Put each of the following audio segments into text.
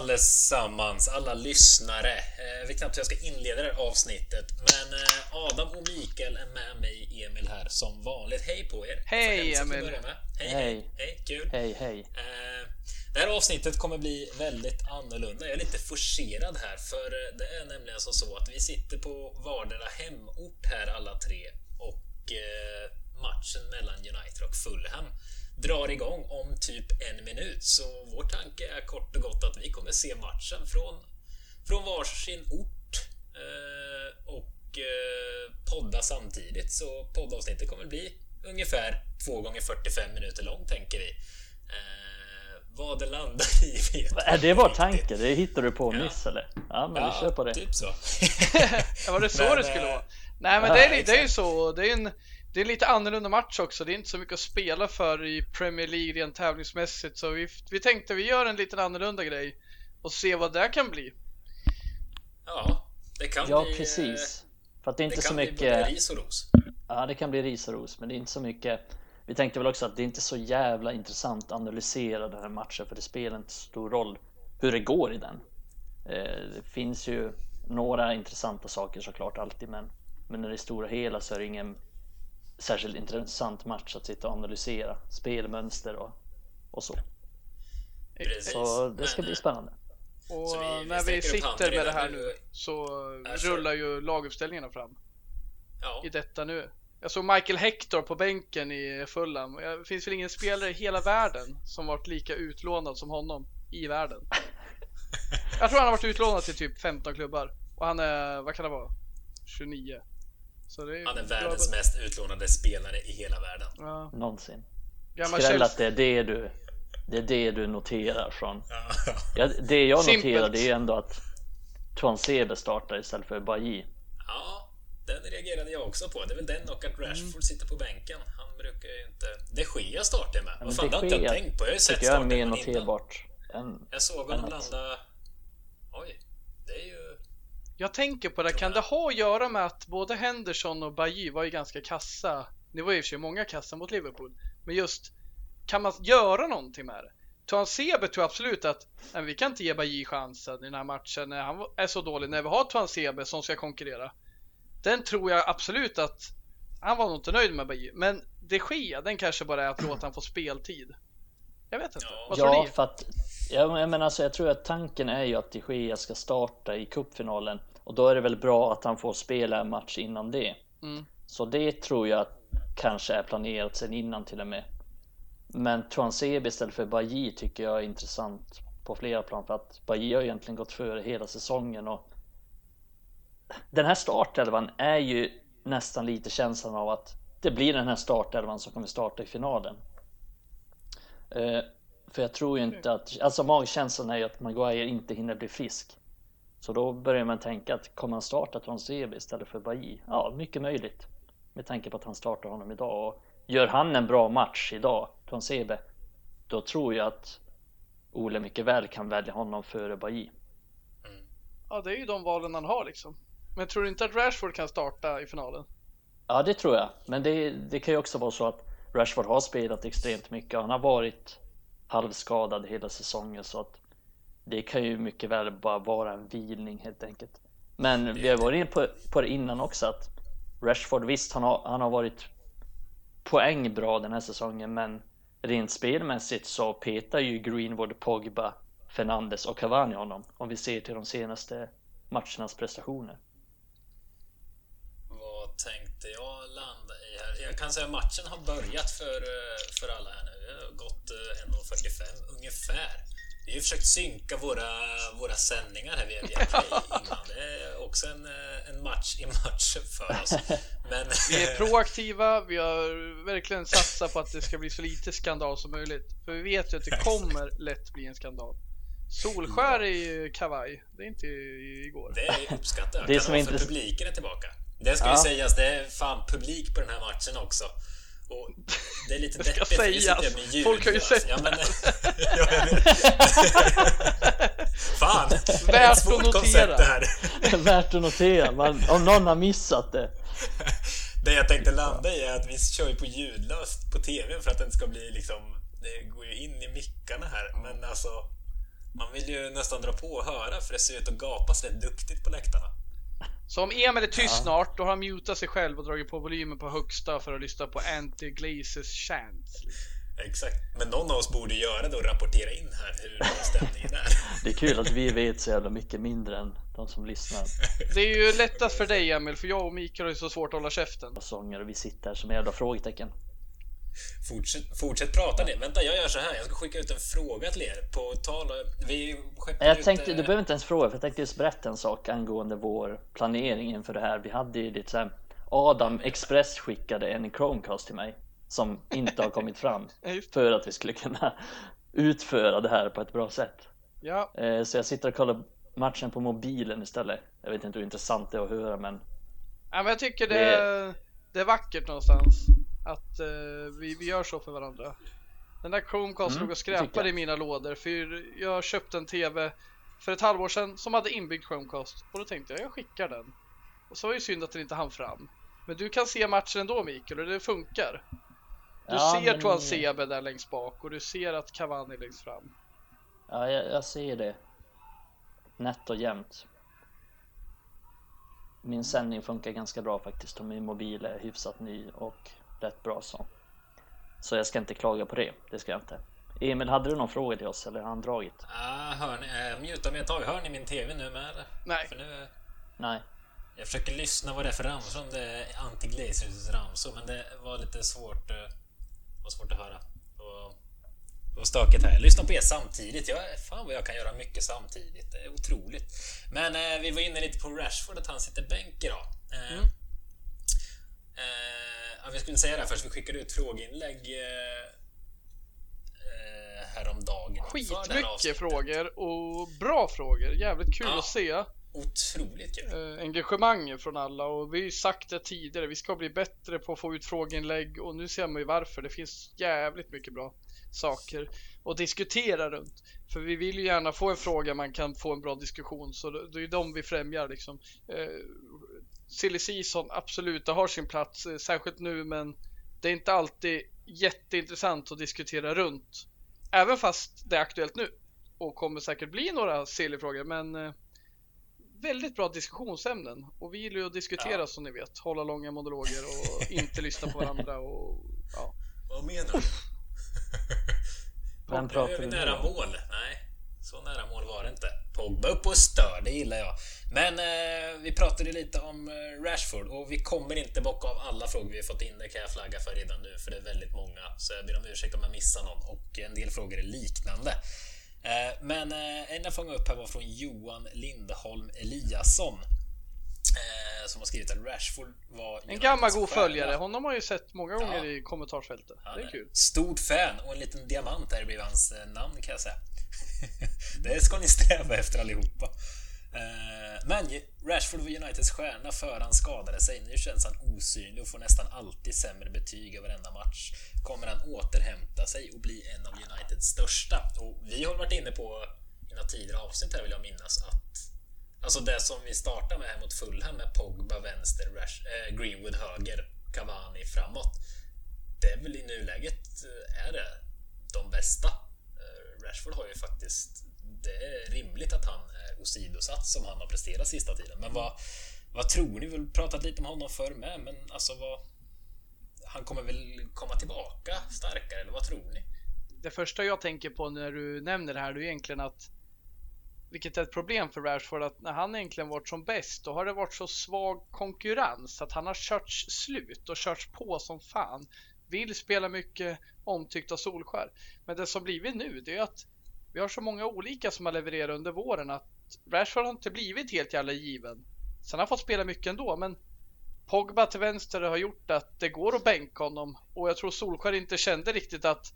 allesammans, alla lyssnare. Jag vet knappt hur jag ska inleda det här avsnittet, men Adam och Mikael är med mig, Emil här som vanligt. Hej på er. Hej Emil. Hej, kul. Hej. Det här avsnittet kommer bli väldigt annorlunda. Jag är lite forcerad här, för det är nämligen så att vi sitter på vardera hemort här alla tre, och matchen mellan United och Fulham drar igång om typ 1 minut. Så vår tanke är kort och gott att vi kommer se matchen från varsin ort och podda samtidigt. Så poddavsnittet kommer bli ungefär 2 gånger 45 minuter lång, tänker vi. Vad det landar i vet det var tanken, det hittar du på miss eller? Ja, men vi kör på det. Typ så. Var det så men, det skulle vara? Nej, men det är ju så. Det är en lite annorlunda match också. Det är inte så mycket att spela för i Premier League rent tävlingsmässigt. Så vi tänkte vi gör en liten annorlunda grej och se vad det kan bli. Ja, det kan bli... Ja, precis. För att det är inte det så kan mycket... bli både ris och ros. Ja, det kan bli ris och ros, men det är inte så mycket... Vi tänkte väl också att det är inte så jävla intressant att analysera den här matchen, för det spelar inte så stor roll hur det går i den. Det finns ju några intressanta saker såklart alltid, men när det är stora hela så är det ingen särskilt intressant match att sitta och analysera spelmönster och så. Precis. Så det ska bli spännande. Och Så vi när vi sitter med det här nu. nu så rullar ju laguppställningarna fram. Ja. I detta nu. Jag såg Michael Hector på bänken i Fulham. Det finns väl ingen spelare i hela världen som varit lika utlånad som honom i världen. Jag tror han har varit utlånad till typ 15 klubbar. Och han är, vad kan det vara? 29. Så det är Han är världens mest utlånade spelare i hela världen. Ja. Någonsin. Gammal Skräll att Chelsea. det är det du noterar från. Ja, det jag noterar det är ändå att Tuanzebe startar istället för Bailly. Ja, den reagerade jag också på. Det är väl den och att Rashford sitter på bänken. Han brukar ju inte... Det sker jag startar med. Vad fan, det har inte jag tänkt på. Jag har ju sett jag är starten mer innan. noterbart Jag såg honom landa... Oj, det är ju... Jag tänker på det, kan det ha att göra med att både Henderson och Bailly var ju ganska kassa. Det var ju i och för sig många kassa mot Liverpool. Men just, kan man göra någonting med det? Tuanzebe tror absolut att vi kan inte ge Bailly chansen i den här matchen när han är så dålig. När vi har Tuanzebe som ska konkurrera. Den tror jag absolut att han var nog inte nöjd med Bailly. Men det sker, den kanske bara är att låta han få speltid. Jag vet inte, vad tror ni? För att jag tror att tanken är ju att De Gea ska starta i cupfinalen, och då är det väl bra att han får spela en match innan det. Så det tror jag kanske är planerat sen innan till och med. Men Tuanzebe istället för Bailly tycker jag är intressant på flera plan, för att Bailly har egentligen gått före hela säsongen, och den här startelvan är ju nästan lite känslan av att det blir den här startelvan som kommer starta i finalen. För jag tror ju inte att, alltså magkänslan är ju att Maguire inte hinner bli frisk. Så då börjar man tänka att kommer han starta Tuanzebe istället för Bailly? Ja, mycket möjligt. Med tanke på att han startar honom idag. Och gör han en bra match idag, Tuanzebe, då tror jag att Ole mycket väl kan välja honom före Bailly. Ja, det är ju de valen han har liksom. Men tror du inte att Rashford kan starta i finalen? Ja, det tror jag. Men det kan ju också vara så att Rashford har spelat extremt mycket. Han har varit halvskadad hela säsongen, så att det kan ju mycket väl bara vara en vilning helt enkelt. Men vi har varit inne på det innan också, att Rashford, visst han har varit poäng bra den här säsongen, men rent spelmässigt så petar ju Greenwood, Pogba, Fernandes och Cavani honom, om vi ser till de senaste matchernas prestationer. Vad tänkte jag landa i här? Jag kan säga att matchen har börjat för alla här nu. Det har gått 1:45 ungefär. Vi har försökt synka våra sändningar här via Play innan. Det är också en match i matchen för oss. Men vi är proaktiva, vi har verkligen satsat på att det ska bli så lite skandal som möjligt. För vi vet ju att det kommer lätt bli en skandal. Solskär i kavaj, det är inte igår. Det är uppskattat. Det är kan som vara inte... för publiken är tillbaka. Det ska ju sägas, det är fan publik på den här matchen också. Och det är lite deppigt, för vi sitter med ljud. Folk har ju sett ja, men, ja, jag vet. Fan, värt att notera. Det här. Värt att notera, om någon har missat det. Det jag tänkte landa i är att vi kör ju på ljudlöst på tv för att den ska bli liksom, det går ju in i mickarna här, men alltså Man vill ju nästan dra på och höra, för det ser ut att gapas rätt duktigt på läktarna. Så om Emil är tyst snart, då har han mutat sig själv och dragit på volymen på högsta för att lyssna på Anti Glazers chants. Exakt. Men någon av oss borde göra det och rapportera in här hur stämningen är. Det är kul att vi vet så jävla mycket mindre än de som lyssnar. Det är ju lättast för dig, Emil, för jag och Mikael har ju så svårt att hålla käften. Sånger och vi sitter här som jävla frågetecken. Fortsätt prata det. Vänta, jag gör så här. Jag ska skicka ut en fråga till er på tal. Jag tänkte, du behöver inte ens fråga, för jag tänkte just berätta en sak angående vår planering inför det här. Vi hade ju lite så här, Adam Express skickade en Chromecast till mig som inte har kommit fram för att vi skulle kunna utföra det här på ett bra sätt. Ja. Så jag sitter och kollar matchen på mobilen istället. Jag vet inte hur intressant det är att höra, men Ja, men jag tycker det är vackert någonstans att vi gör så för varandra. Den där Chromecast låg och skräpade i mina lådor, för jag köpte en TV för ett halvår sedan som hade inbyggd Chromecast, och då tänkte jag skickar den. Och så var det ju synd att den inte hann fram. Men du kan se matchen ändå, Mikael, och det funkar. Du ser Tuan Sebe där längst bak, och du ser att Cavani längst fram. Ja, jag ser det. Nätt och jämnt. Min sändning funkar ganska bra faktiskt, och min mobil är hyfsat ny och rätt bra så jag ska inte klaga på det. Det ska jag inte. Emil, hade du någon fråga till oss, eller har han dragit? Hör ni, muta mig ett tag. Hör ni min TV nu med? Nej. För nu, Nej. jag försöker lyssna vad det är för ramsor, om det är Anti-Glazers ramsor, men det var lite svårt att höra. Det var stökigt här. Jag lyssnar på er samtidigt. Fan vad jag kan göra mycket samtidigt. Det är otroligt. Men vi var inne lite på Rashford, att han sitter bänk idag. Vi skulle säga det här först. Vi skickade ut frågeinlägg häromdagen. Skitmycket frågor och bra frågor. Jävligt kul att se. Otroligt kul. Engagemang från alla, och vi har ju sagt det tidigare, vi ska bli bättre på att få ut frågeinlägg, och nu ser man ju varför. Det finns jävligt mycket bra saker att diskutera runt, för vi vill ju gärna få en fråga man kan få en bra diskussion, så det är ju de vi främjar liksom. Silly season, absolut, det har sin plats, särskilt nu, men det är inte alltid jätteintressant att diskutera runt, även fast det är aktuellt nu och kommer säkert bli några silly frågor, men väldigt bra diskussionsämnen, och vi gillar ju att diskutera, som ni vet, hålla långa monologer och inte lyssna på varandra och ja. Vad menar du? Vem pratar är vi du nära om? mål? Nej, så nära mål var det inte. Pogba upp och stör, det gillar jag. Men vi pratade lite om Rashford, och vi kommer inte bocka av alla frågor vi har fått in. Det kan jag flagga för redan nu, för det är väldigt många. Så jag ber om ursäkt om jag missar någon, och en del frågor är liknande. Men en jag fångade upp här var från Johan Lindholm Eliasson, som har skrivit att Rashford var en gammal god följare. Honom har ju sett många gånger i kommentarsfältet. Det är kul. Stort fan, och en liten diamant där blir hans namn, kan jag säga. Det ska ni sträva efter allihopa. Men Rashford var Uniteds stjärna för han skadade sig. Nu känns han osynlig och får nästan alltid sämre betyg i varenda match. Kommer han återhämta sig och bli en av Uniteds största? Och vi har varit inne på i några tidigare avsnitt här, vill jag minnas, att alltså det som vi startar med här mot Fulham med Pogba vänster, Greenwood höger, Cavani framåt, det är väl i nuläget är det de bästa. Rashford har ju faktiskt, det är rimligt att han är åsidosatt som han har presterat sista tiden. Men vad tror ni? Vi har pratat lite om honom förr med, men alltså han kommer väl komma tillbaka starkare, eller vad tror ni? Det första jag tänker på när du nämner det här, det är egentligen att, vilket är ett problem för Rashford, att när han egentligen varit som bäst, då har det varit så svag konkurrens att han har körts slut och körts på som fan. Vill spela mycket, omtyckt av Solskär. Men det som blivit nu, det är att vi har så många olika som har levererat under våren, att Rashford har inte blivit helt jävla given. Sen har han fått spela mycket ändå, men Pogba till vänster har gjort att det går att bänka honom, och jag tror Solskär inte kände riktigt att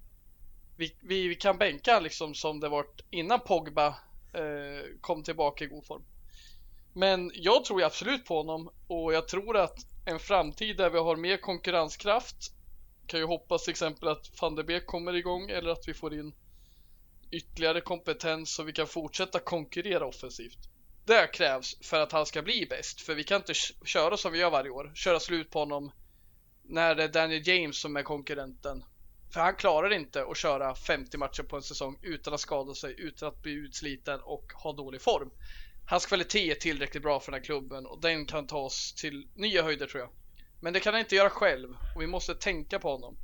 vi kan bänka liksom som det varit innan Pogba kom tillbaka i god form. Men jag tror ju absolut på honom, och jag tror att en framtid där vi har mer konkurrenskraft, kan ju hoppas till exempel att Van de Beek kommer igång, eller att vi får in ytterligare kompetens så vi kan fortsätta konkurrera offensivt. Det krävs för att han ska bli bäst, för vi kan inte köra som vi gör varje år, köra slut på honom när det är Daniel James som är konkurrenten. För han klarar inte att köra 50 matcher på en säsong utan att skada sig, utan att bli utsliten och ha dålig form. Hans kvalitet är tillräckligt bra för den här klubben och den kan ta oss till nya höjder, tror jag. Men det kan han inte göra själv och vi måste tänka på honom.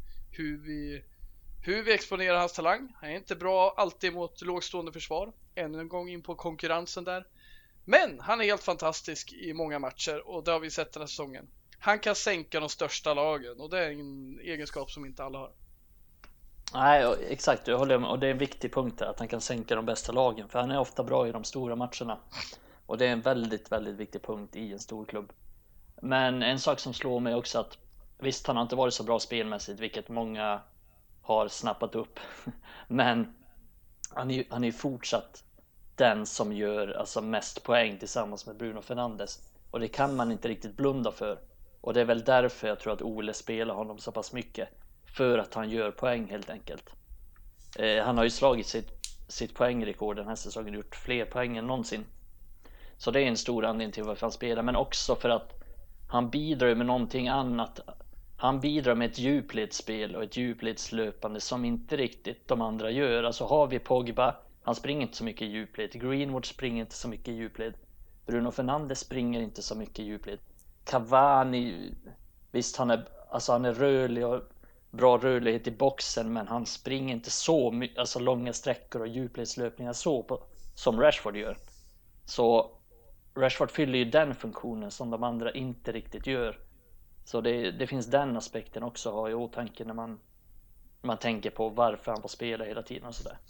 Hur vi exponerar hans talang. Han är inte bra alltid mot lågstående försvar. Ännu en gång in på konkurrensen där. Men han är helt fantastisk i många matcher och det har vi sett den här säsongen. Han kan sänka de största lagen och det är en egenskap som inte alla har. Nej, exakt, jag håller med. Och det är en viktig punkt att han kan sänka de bästa lagen, för han är ofta bra i de stora matcherna. Och det är en väldigt, väldigt viktig punkt i en stor klubb. Men en sak som slår mig också att visst, han har inte varit så bra spelmässigt, vilket många har snappat upp. Men han är fortsatt den som gör alltså mest poäng tillsammans med Bruno Fernandes. Och det kan man inte riktigt blunda för. Och det är väl därför jag tror att Ole spelar honom så pass mycket. För att han gör poäng helt enkelt. Han har ju slagit sitt poängrekord den här säsongen, gjort fler poäng än någonsin. Så det är en stor anledning till varför han spelar. Men också för att han bidrar med någonting annat. Han bidrar med ett djupledsspel och ett djupledslöpande som inte riktigt de andra gör. Alltså har vi Pogba, han springer inte så mycket i djupled. Greenwood springer inte så mycket i djupled. Bruno Fernandes springer inte så mycket i djupled. Cavani, visst han är rörlig och bra rörlighet i boxen, men han springer inte så mycket, alltså långa sträckor och djupledslöpningar som Rashford gör. Så Rashford fyller ju den funktionen som de andra inte riktigt gör. Så det finns den aspekten också att ha i åtanke när man tänker på varför han får spela hela tiden och sådär.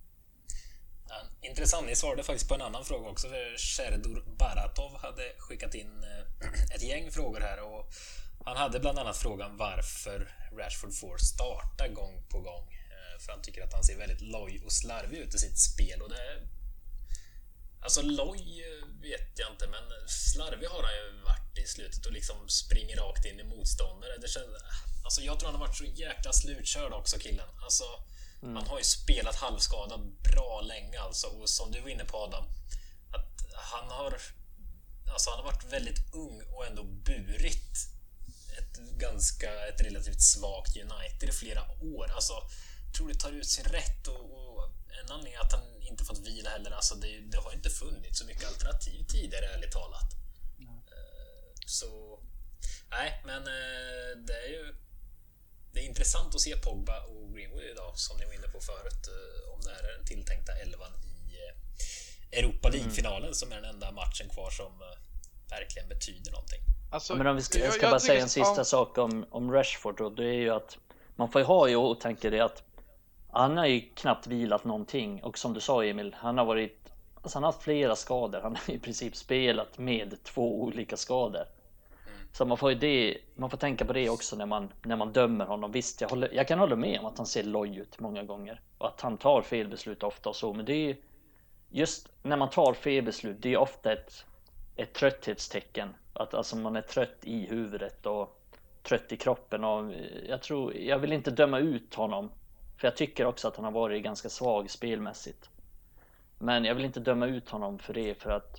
Ja, intressant, ni svarade faktiskt på en annan fråga också. Serdar Baratov hade skickat in ett gäng frågor här och han hade bland annat frågan varför Rashford får starta gång på gång. För han tycker att han ser väldigt loj och slarvig ut i sitt spel. Och alltså loj vet jag inte, men slarvig har han ju varit i slutet och liksom springer rakt in i motståndare. Alltså jag tror han har varit så jäkla slutkörd också, killen. Alltså han har ju spelat halvskadad bra länge alltså. Och som du var inne på, Adam, att han har varit väldigt ung och ändå burit ett relativt svagt United i flera år. Alltså, jag tror det tar ut sin rätt och en anledning att han inte fått vila heller. Alltså, det har inte funnits så mycket alternativ tidigare, ärligt talat. Så nej, men det är intressant att se Pogba och Greenwood idag, som ni var inne på förut, om det här är den tilltänkta 11:an i Europa League-finalen, som är den enda matchen kvar som verkligen betyder någonting. Alltså, men om jag ska bara säga en sista sak om Rashford då, det är ju att man får ju ha i åtanke det att han har ju knappt vilat någonting, och som du sa, Emil, han har haft flera skador. Han har i princip spelat med 2 olika skador. Så man får tänka på det också när man dömer honom. Visst, jag kan hålla med om att han ser loj ut många gånger och att han tar fel beslut ofta och så, men det är ju just när man tar fel beslut, det är ofta ett trötthetstecken, att alltså man är trött i huvudet och trött i kroppen. Och jag vill inte döma ut honom, för jag tycker också att han har varit ganska svag spelmässigt, men jag vill inte döma ut honom för det, för att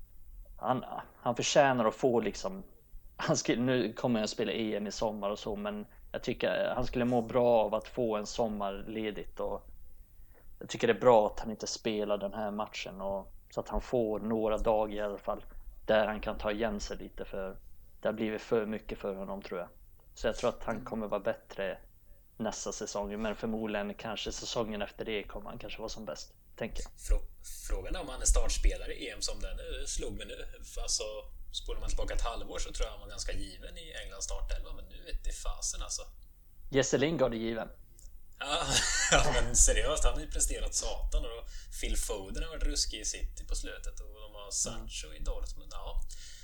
han förtjänar att få liksom, nu kommer jag att spela EM i sommar och så, men jag tycker han skulle må bra av att få en sommar ledigt, och jag tycker det är bra att han inte spelar den här matchen, och så att han får några dagar i alla fall där han kan ta igen sig lite, för det har blivit för mycket för honom, tror jag. Så jag tror att han kommer vara bättre nästa säsong, men förmodligen kanske säsongen efter det kommer han kanske vara som bäst, tänker jag. Frågan är om han är startspelare i EM som den slog mig nu. Alltså, spolar man tillbaka ett halvår så tror jag han var ganska given i Englands startelva, men nu vet det fasen alltså. Jesse Lingard är given. Ja, men seriöst, han har ju presterat satan, och Phil Foden har varit ruskig i City på slutet, och de har Sancho i Dortmund. Ja,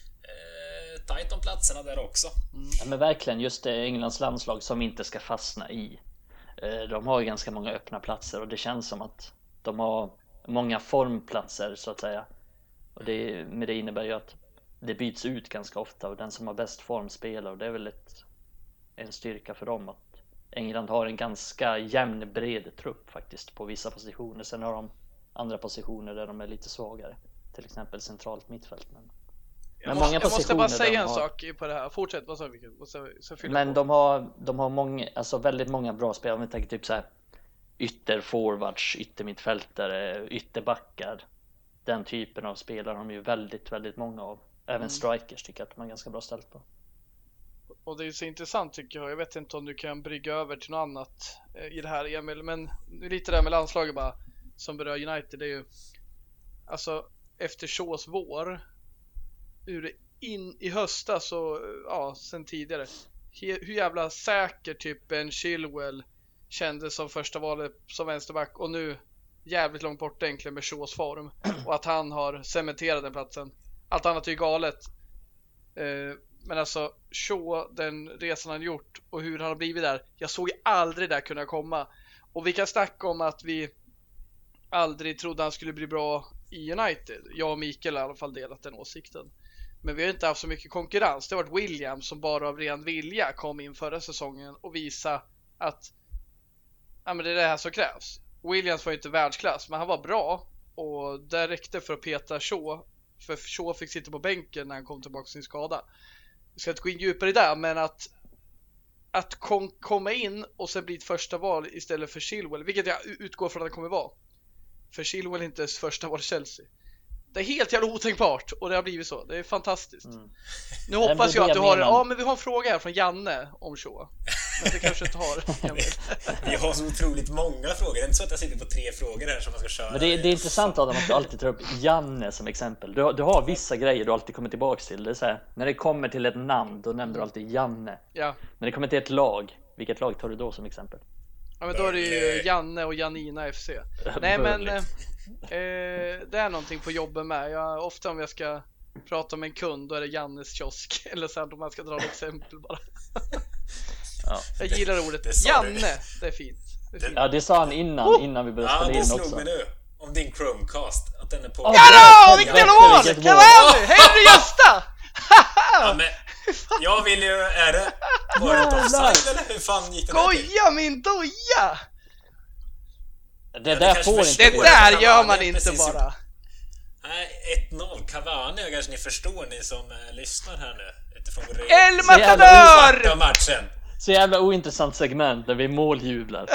tajt om platserna där också. Ja, men verkligen, just det, Englands landslag som inte ska fastna i. De har ju ganska många öppna platser, och det känns som att de har många formplatser så att säga. Och det innebär ju att det byts ut ganska ofta, och den som har bäst form spelar, och det är väl en styrka för dem att England har en ganska jämn bred trupp faktiskt på vissa positioner. Sen har de andra positioner där de är lite svagare, till exempel centralt mittfält. Men Men många jag måste bara positioner säga en har- sak på det här. Fortsätt, vad sa vi? Så fylla Men på. de har många, alltså väldigt många bra spelare. Om vi tänker typ så här ytterforwards, yttermittfältare, ytterbackar. Den typen av spelare har de ju väldigt, väldigt många av. Även strikers tycker jag att de har ganska bra ställt på. Och det är så intressant tycker jag. Jag vet inte om du kan brygga över till något annat i det här, Emil. Men lite där med landslaget bara, som berör United. Det är ju alltså efter Shaws vår in i höstas så ja, sen tidigare. Hur jävla säker typ Ben Chilwell kändes som första valet som vänsterback och nu jävligt långt bort egentligen med Shaws form och att han har cementerat den platsen. Allt annat är ju galet. Men alltså Shaw, den resan han gjort och hur han har blivit där. Jag såg aldrig där kunna komma. Och vi kan snacka om att vi aldrig trodde han skulle bli bra i United. Jag och Mikael har i alla fall delat den åsikten. Men vi har inte haft så mycket konkurrens. Det har varit William som bara av ren vilja kom in förra säsongen och visa att ja, men det är det här som krävs. Williams var ju inte världsklass, men han var bra. Och det räckte för att peta Shaw. För Shaw fick sitta på bänken när han kom tillbaka sin skada. Jag ska inte gå in djupare i det, men att komma in och sen bli ett första val istället för Chilwell, vilket jag utgår från att det kommer vara. För Chilwell är inte ens första val Chelsea. Det är helt jävla otänkbart och det har blivit så. Det är fantastiskt. Nu hoppas jag att du har men vi har en fråga här från Janne om Shaw. Men det kanske inte har. Vi har så otroligt många frågor. Det är inte så att jag sitter på 3 frågor här som man ska köra. Men det är intressant Adam att du alltid tar upp Janne som exempel. Du har vissa grejer du alltid kommer tillbaka till. Det är så här, när det kommer till ett namn då nämner du alltid Janne. Ja. När det kommer till ett lag, vilket lag tar du då som exempel? Ja, men då är det ju Janne och Janina FC. Nej men det är någonting på jobbet med. Ofta om jag ska prata med en kund då är det Jannes kiosk. Eller så här, om man ska dra ett exempel bara. Ja. Jag gillar ordet Janne, det är fint. Ja, det sa han innan vi började spela in också. Ja, det slog mig nu. Om din Chromecast, att den är på... Ja, vilken mål! Kan vara hej du Gösta! Ja, men jag vill ju... Är det... Var det ett offside eller hur fan gick det där till? Goja min doja! Det där får inte Det gå. där gör man inte bara. Nej, 1-0 Cavani, kanske ni förstår, ni som lyssnar här nu utifrån vår El Matador! matchen. Så jävla ointressant segment där vi måljublar.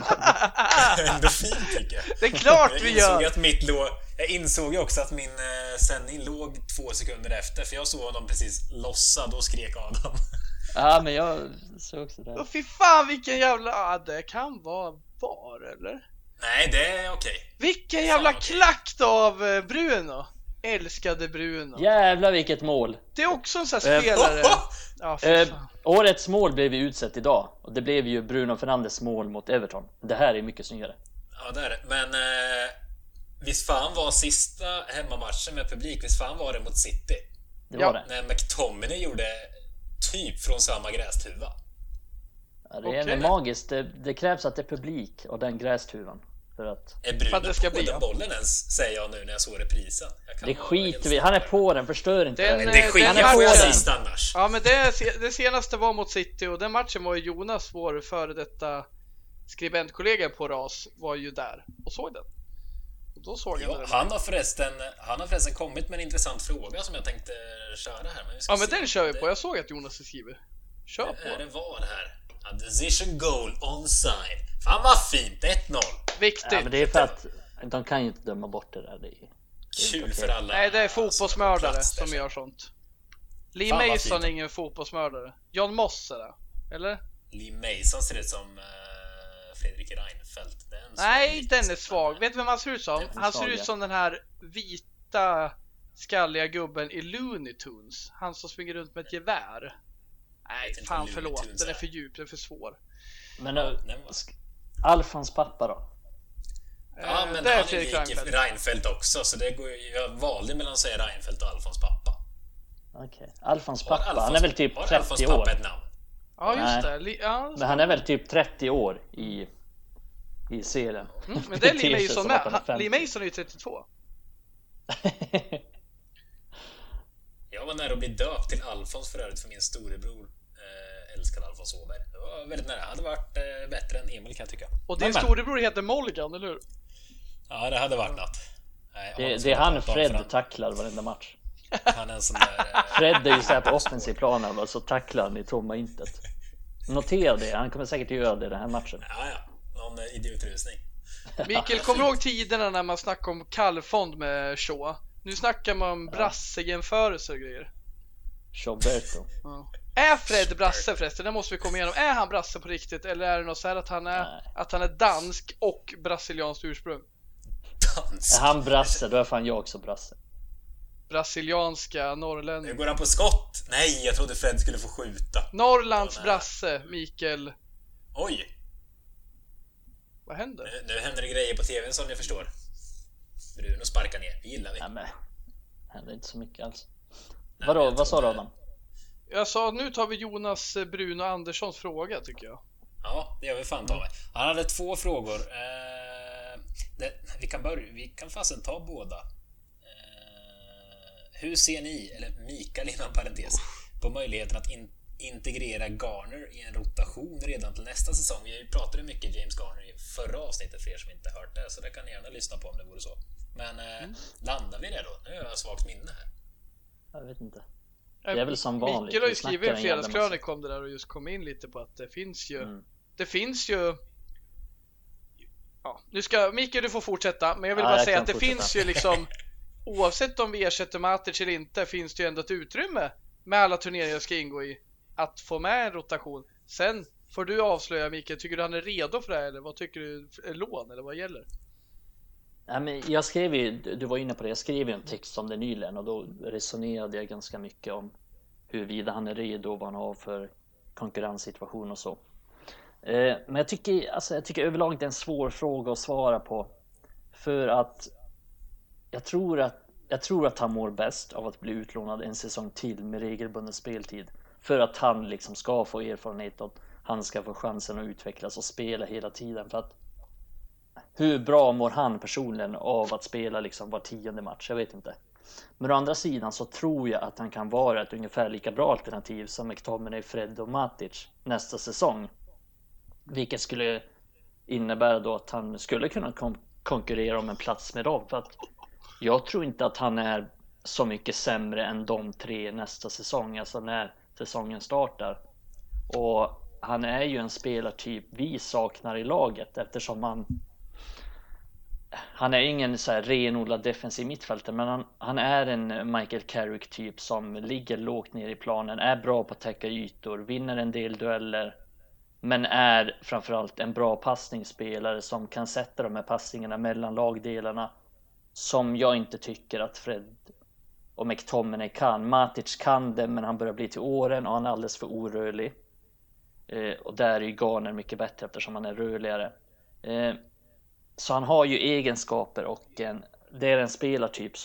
Ändå fint tycker jag. Det är klart vi gör. Jag insåg ju också att min sändning låg 2 sekunder efter, för jag såg honom precis lossa, då skrek Adam. Ja, men jag såg också det. Fy fan vilken jävla... det kan vara var eller? Nej, det är okej. Vilken jävla klakt av Bruno. Älskade Bruno. Jävlar vilket mål. Det är också en sån här spelare. Ja, årets mål blev ju utsett idag. Och det blev ju Bruno Fernandes mål mot Everton. Det här är mycket snyggare. Ja, det är det. Men visst fan var sista hemmamatchen med publik, visst fan var det mot City? Det var det. När McTominay gjorde typ från samma grästuva. Ja, det är magiskt. Det krävs att det är publik och den grästuvan. För att är Bruno för att det ska på bli, den bollen ens, säger jag nu när jag såg reprisen. Det skiter vi. Han är på den, förstör inte den. Men det skiter jag på sist annars. Ja, men det senaste var mot City och den matchen var ju Jonas, vår före detta skribentkollega på RAS, var ju där och såg den. Och då såg jag den. Han har förresten kommit med en intressant fråga som jag tänkte köra här. Men vi ska men den kör vi på. Jag såg att Jonas skriver. Kör på. Det var här. A decision goal onside. Fan vad fint, 1-0. Viktigt. Ja, men det är för att de kan ju inte döma bort det där. Det är kul för alla. Nej, det är fotbollsmördare som gör sånt. Lee Fan, Mason är ingen fotbollsmördare. John Moss är det, eller? Lee Mason ser ut som Fredrik Reinfeldt. Nej, den är svag. Vet du vem han ser ut som? Han ser ut som den här vita skalliga gubben i Looney Tunes. Han som springer runt med ett gevär. Nej, fan förlåt. Den är för djup, den är för svår. Men Alfons pappa då? Ja, men det han är lik Reinfeldt också. Så det går ju, jag valde mellan att säga Reinfeldt och Alfons pappa. Okej. Alfons pappa, han är väl typ 30 Alfons år. Pappa ett namn? Ja, just det. Ja, men han är väl typ 30 år i serien. Men det är Lee Mason med. Lee Mason är ju 32. Jag var nära att bli döpt till Alfons för övrigt, för min storebror älskade Alfons Åberg. Det var väldigt nära. Det hade varit bättre än Emil kan jag tycka. Och din storebror heter Mulligan, eller hur? Ja, det hade varit något. Det är han Fred tacklar varenda match. Han är en sån där... Fred är ju såhär på offensiv planen och så tacklar han i tomma intet. Notera det, han kommer säkert göra det den här matchen. Ja, någon idiotrusning. Mikael, kommer du ihåg tiderna när man snackade om kallfond med Shaw? Nu snackar man om brassejämförelser och grejer. Shawberto. Ja. Är Fred brasse förresten? Det måste vi komma igenom. Är han brasse på riktigt eller är det något så här att han är dansk och brasilianskt ursprung? Dansk. Är han brasse, då är fan jag också brasse. Brasilianska, norrlänning. Nu går han på skott. Nej, jag trodde Fred skulle få skjuta. Norrlands brasse, Mikael. Oj. Vad händer? Nu händer det grejer på tvn som ni förstår. Bruno sparkar ner, det gillar vi. Nej men, det händer inte så mycket alls. Vadå, vad sa du Adam? Jag sa att nu tar vi Jonas Bruno Anderssons fråga tycker jag. Ja, det gör vi fan ta med. Han hade 2 frågor. Vi kan fasen ta båda. Hur ser ni, eller Mikael inom parentes, på möjligheten att integrera Garner i en rotation redan till nästa säsong? Vi pratade mycket James Garner i förra avsnittet för er som inte hört det, så det kan ni gärna lyssna på om det vore så. Men landar vi det då? Nu har jag svagt minne här. Jag vet inte. Det är väl som vanligt. Mikael har ju skrivit en fredagskrönika om det där och just kom in lite på att det finns ju ja, nu ska Mikael, du får fortsätta, men jag vill bara säga att det finns ju liksom oavsett om vi ersätter Matic eller inte finns det ju ändå ett utrymme med alla turneringar jag ska ingå i att få med en rotation. Sen får du avslöja, Mikael, tycker du han är redo för det här eller vad tycker du är lån eller vad gäller? Nej, men jag skrev ju, du var inne på det, jag skrev ju en text om det nyligen och då resonerade jag ganska mycket om huruvida han är redo och vad han har för konkurrenssituation och så. Men jag tycker överlag det är en svår fråga att svara på, för att jag tror att han mår bäst av att bli utlånad en säsong till med regelbunden speltid, för att han liksom ska få erfarenhet och han ska få chansen att utvecklas och spela hela tiden. För att hur bra mår han personligen av att spela liksom var 10:e match? Jag vet inte. Men å andra sidan så tror jag att han kan vara ett ungefär lika bra alternativ som McTominay, Fred och Matic nästa säsong. Vilket skulle innebära då att han skulle kunna konkurrera om en plats med dem. För att jag tror inte att han är så mycket sämre än de 3 nästa säsong, alltså när säsongen startar. Och han är ju en spelartyp vi saknar i laget, eftersom han är ingen så här renodlad defensiv mittfältare, men han är en Michael Carrick typ som ligger lågt ner i planen, är bra på att täcka ytor, vinner en del dueller, men är framförallt en bra passningsspelare som kan sätta de här passningarna mellan lagdelarna som jag inte tycker att Fred och McTominay kan. Matic kan det, men han börjar bli till åren och han är alldeles för orörlig. Och där är ju Garner mycket bättre eftersom han är rörligare. Så han har ju egenskaper och det är en spelartyp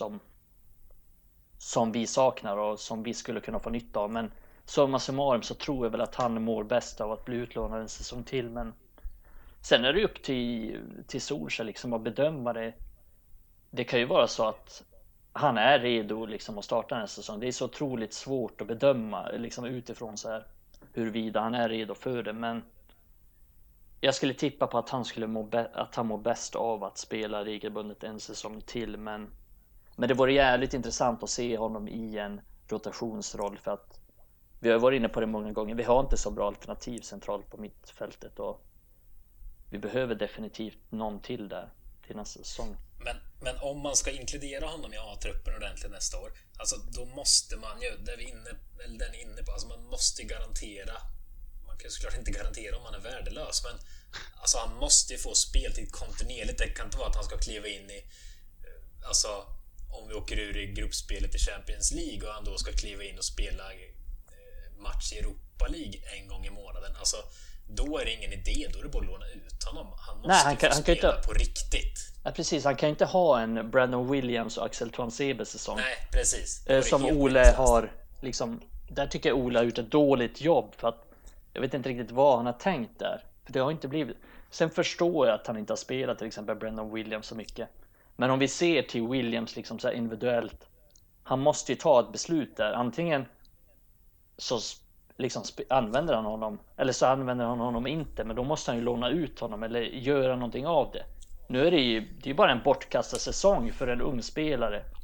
som vi saknar och som vi skulle kunna få nytta av. Men summa summarum så tror jag väl att han mår bäst av att bli utlånad en säsong till. Men sen är det upp till Solskjaer liksom att bedöma det. Det kan ju vara så att han är redo liksom att starta en säsong. Det är så otroligt svårt att bedöma liksom utifrån så här huruvida han är redo för det. Men jag skulle tippa på att han mår bäst av att spela regelbundet en säsong till. Men det vore jävligt intressant att se honom i en rotationsroll, för att vi har varit inne på det många gånger. Vi har inte så bra alternativ centralt på mittfältet och vi behöver definitivt någon till där till nästa säsong. Men om man ska inkludera honom i A-truppen ordentligt nästa år, alltså då måste man ju, den är inne på, alltså man måste garantera, man kan såklart inte garantera om han är värdelös, men alltså han måste ju få speltid kontinuerligt. Det kan inte vara att han ska kliva in i, alltså om vi åker ur i gruppspelet i Champions League och han då ska kliva in och spela match i Europa League en gång i månaden. Alltså då är det ingen idé, då är det bara att låna ut honom. Han måste han spela inte, på riktigt. Ja, precis, han kan inte ha en Brandon Williams och Axel Tuanzebe säsong. Nej, precis. Som Ole har liksom, där tycker jag Ole har gjort ett dåligt jobb, för att jag vet inte riktigt vad han har tänkt där. För det har inte blivit. Sen förstår jag att han inte har spelat till exempel Brandon Williams så mycket. Men om vi ser till Williams liksom så här individuellt, han måste ju ta ett beslut där. Antingen så liksom använder han honom, eller så använder han honom inte, men då måste han ju låna ut honom eller göra någonting av det. Nu är det ju bara en bortkastad säsong för en ung spelare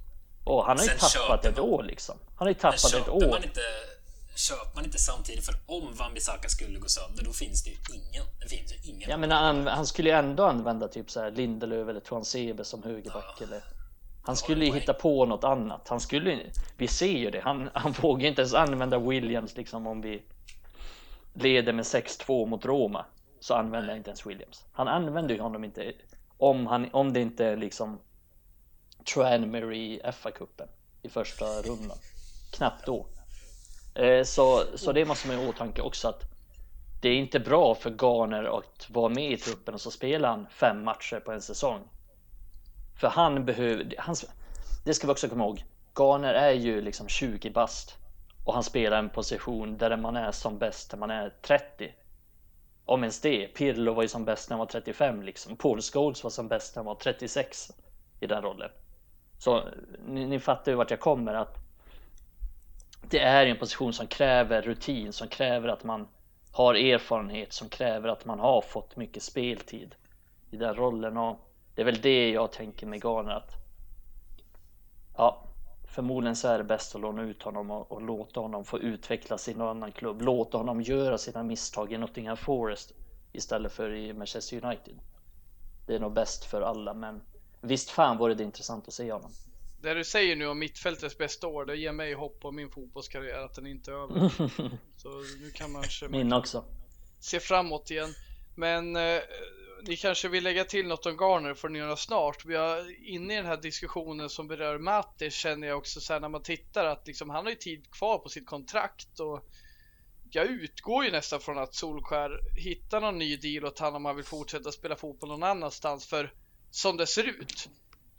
Och han har ju Sen tappat köper ett man- år liksom. Han har ju tappat ett köper år. köper man inte samtidigt, för om Wan-Bissaka skulle gå sönder, då finns det ju ingen. Det finns ju ingen. Ja, men han skulle ju ändå använda typ så här Lindelöf eller Tuanzebe som högerback eller... Han skulle ju hitta på något annat. Vi ser ju det. Han vågar inte ens använda Williams liksom om vi leder med 6-2 mot Roma. Så använder inte ens Williams. Han använder ju honom inte om det inte är liksom Tranmere i FA-cupen i första rundan. Knappt då. Så det måste man ju åtanke också, att det är inte bra för Garner att vara med i truppen och så spelar han 5 matcher på en säsong. För han behöver, det ska vi också komma ihåg, Garner är ju liksom 20 bast och han spelar en position där man är som bäst när man är 30. Om ens det. Pirlo var ju som bäst när han var 35 liksom. Paul Scholes var som bäst när han var 36 i den rollen. Så ni fattar ju vart jag kommer, att det är en position som kräver rutin, som kräver att man har erfarenhet, som kräver att man har fått mycket speltid i den rollen. Och det är väl det jag tänker med Garner, att ja, förmodligen så är det bäst att låna ut honom och låta honom få utvecklas i någon annan klubb. Låta honom göra sina misstag i Nottingham Forest istället för i Manchester United. Det är nog bäst för alla, men visst fan vore det intressant att se honom. Det du säger nu om mittfältets bästa år, det ger mig hopp om min fotbollskarriär, att den inte är över. Så nu kan man Min också. se framåt igen. Men ni kanske vill lägga till något om Garner, får ni göra snart. Vi är inne i den här diskussionen som berör Matic, känner jag också så här, när man tittar att liksom, han har ju tid kvar på sitt kontrakt, och jag utgår ju nästan från att Solskär hittar någon ny deal åt han om han vill fortsätta spela fotboll någon annanstans. För som det ser ut,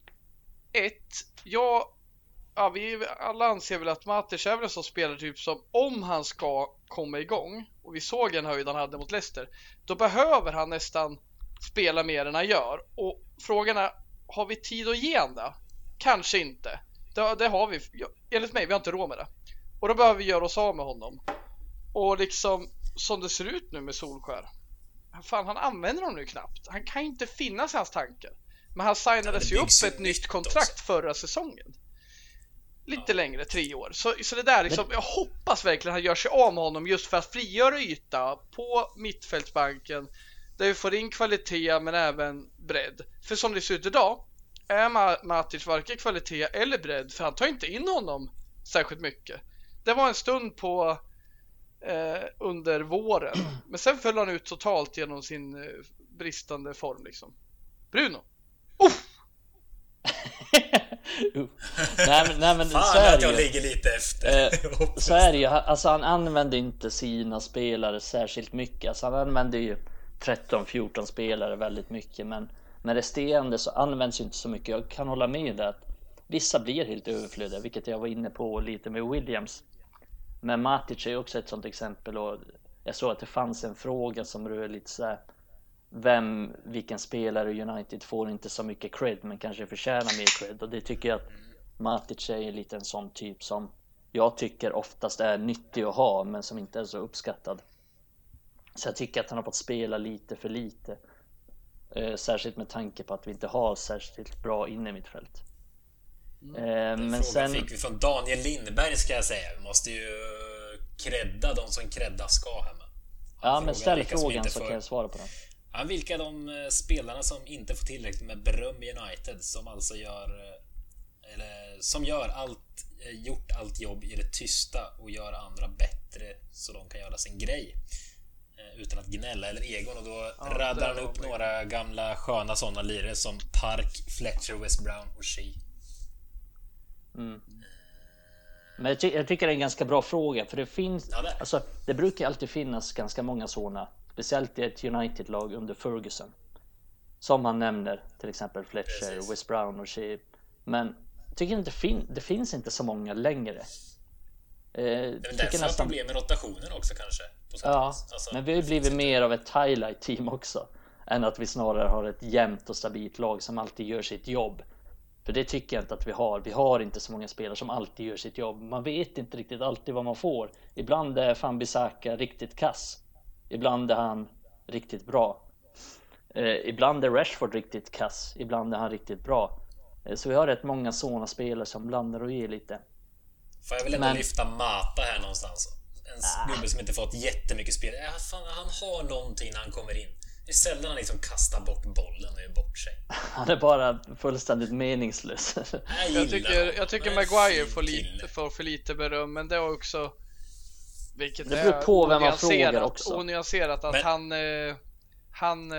vi alla anser väl att Matic är väl en sån spelare typ som, om han ska komma igång, och vi såg en höjd han hade mot Leicester, då behöver han nästan spela mer än han gör. Och frågan är, har vi tid att ge han det? Kanske inte. Det har vi, enligt mig, vi har inte råd med det. Och då behöver vi göra oss av med honom. Och liksom, som det ser ut nu med Solskär, fan, han använder dem nu knappt. Han kan inte finnas i hans tankar. Men han signades ju upp ett nytt kontrakt förra säsongen. Lite längre, 3 år. Så det där liksom, jag hoppas verkligen han gör sig av med honom, just för att frigöra yta på mittfältsbanken, där vi får in kvalitet men även bredd. För som det ser ut idag är Matic varken kvalitet eller bredd, för han tar inte in honom särskilt mycket. Det var en stund på under våren, men sen föll han ut totalt genom sin bristande form liksom. Bruno. nej, men fan, så är att det jag ju. ligger lite efter. Så är det ju. Alltså, han använder inte sina spelare särskilt mycket. Alltså, han använder ju 13-14 spelare väldigt mycket, men med resterande så används ju inte så mycket. Jag kan hålla med där att vissa blir helt överflödiga, vilket jag var inne på lite med Williams. Men Matic är ju också ett sånt exempel, och jag såg att det fanns en fråga som rör lite så här, vilken spelare United får inte så mycket cred men kanske förtjänar mer cred, och det tycker jag att Matic är lite en sån typ som jag tycker oftast är nyttig att ha, men som inte är så uppskattad. Så jag tycker att han har fått spela lite för lite, särskilt med tanke på att vi inte har särskilt bra inne mittfält. Men sen fick vi från Daniel Lindberg, ska jag säga. Vi måste ju credda de som credda ska hemma. Ja, men ställ frågan så kan jag svara på den. Ja, vilka de spelarna som inte får tillräckligt med beröm i United, som alltså gjort allt jobb i det tysta och gör andra bättre så de kan göra sin grej utan att gnälla eller egon. Och då raddar han upp några gamla sköna sådana lirare som Park, Fletcher, West Brown och Shea. Men jag tycker det är en ganska bra fråga, för det finns, alltså, det brukar alltid finnas ganska många sådana, speciellt i ett United-lag under Ferguson, som han nämner, till exempel Fletcher, precis, West Brown och Shea. Men jag tycker inte det finns inte så många längre. Det är därför nästan problem med rotationen också kanske. Ja, alltså, men vi har ju blivit mer av ett highlight-team också, än att vi snarare har ett jämnt och stabilt lag som alltid gör sitt jobb. För det tycker jag inte att vi har. Vi har inte så många spelare som alltid gör sitt jobb. Man vet inte riktigt alltid vad man får. Ibland är Wan-Bissaka riktigt kass. Ibland är han riktigt bra. Ibland är Rashford riktigt kass. Ibland är han riktigt bra. Så vi har rätt många sådana spelare som blandar och ger lite. Får jag väl ändå lyfta Mata här någonstans. En gubbe som inte fått jättemycket spel. Han har någonting när han kommer in. Det är sällan han liksom kastar bort bollen och är bort sig. Han är bara fullständigt meningslös. Jag tycker Maguire får för lite beröm, men det är också, vilket det beror på vem man frågar också. Onyanserat att han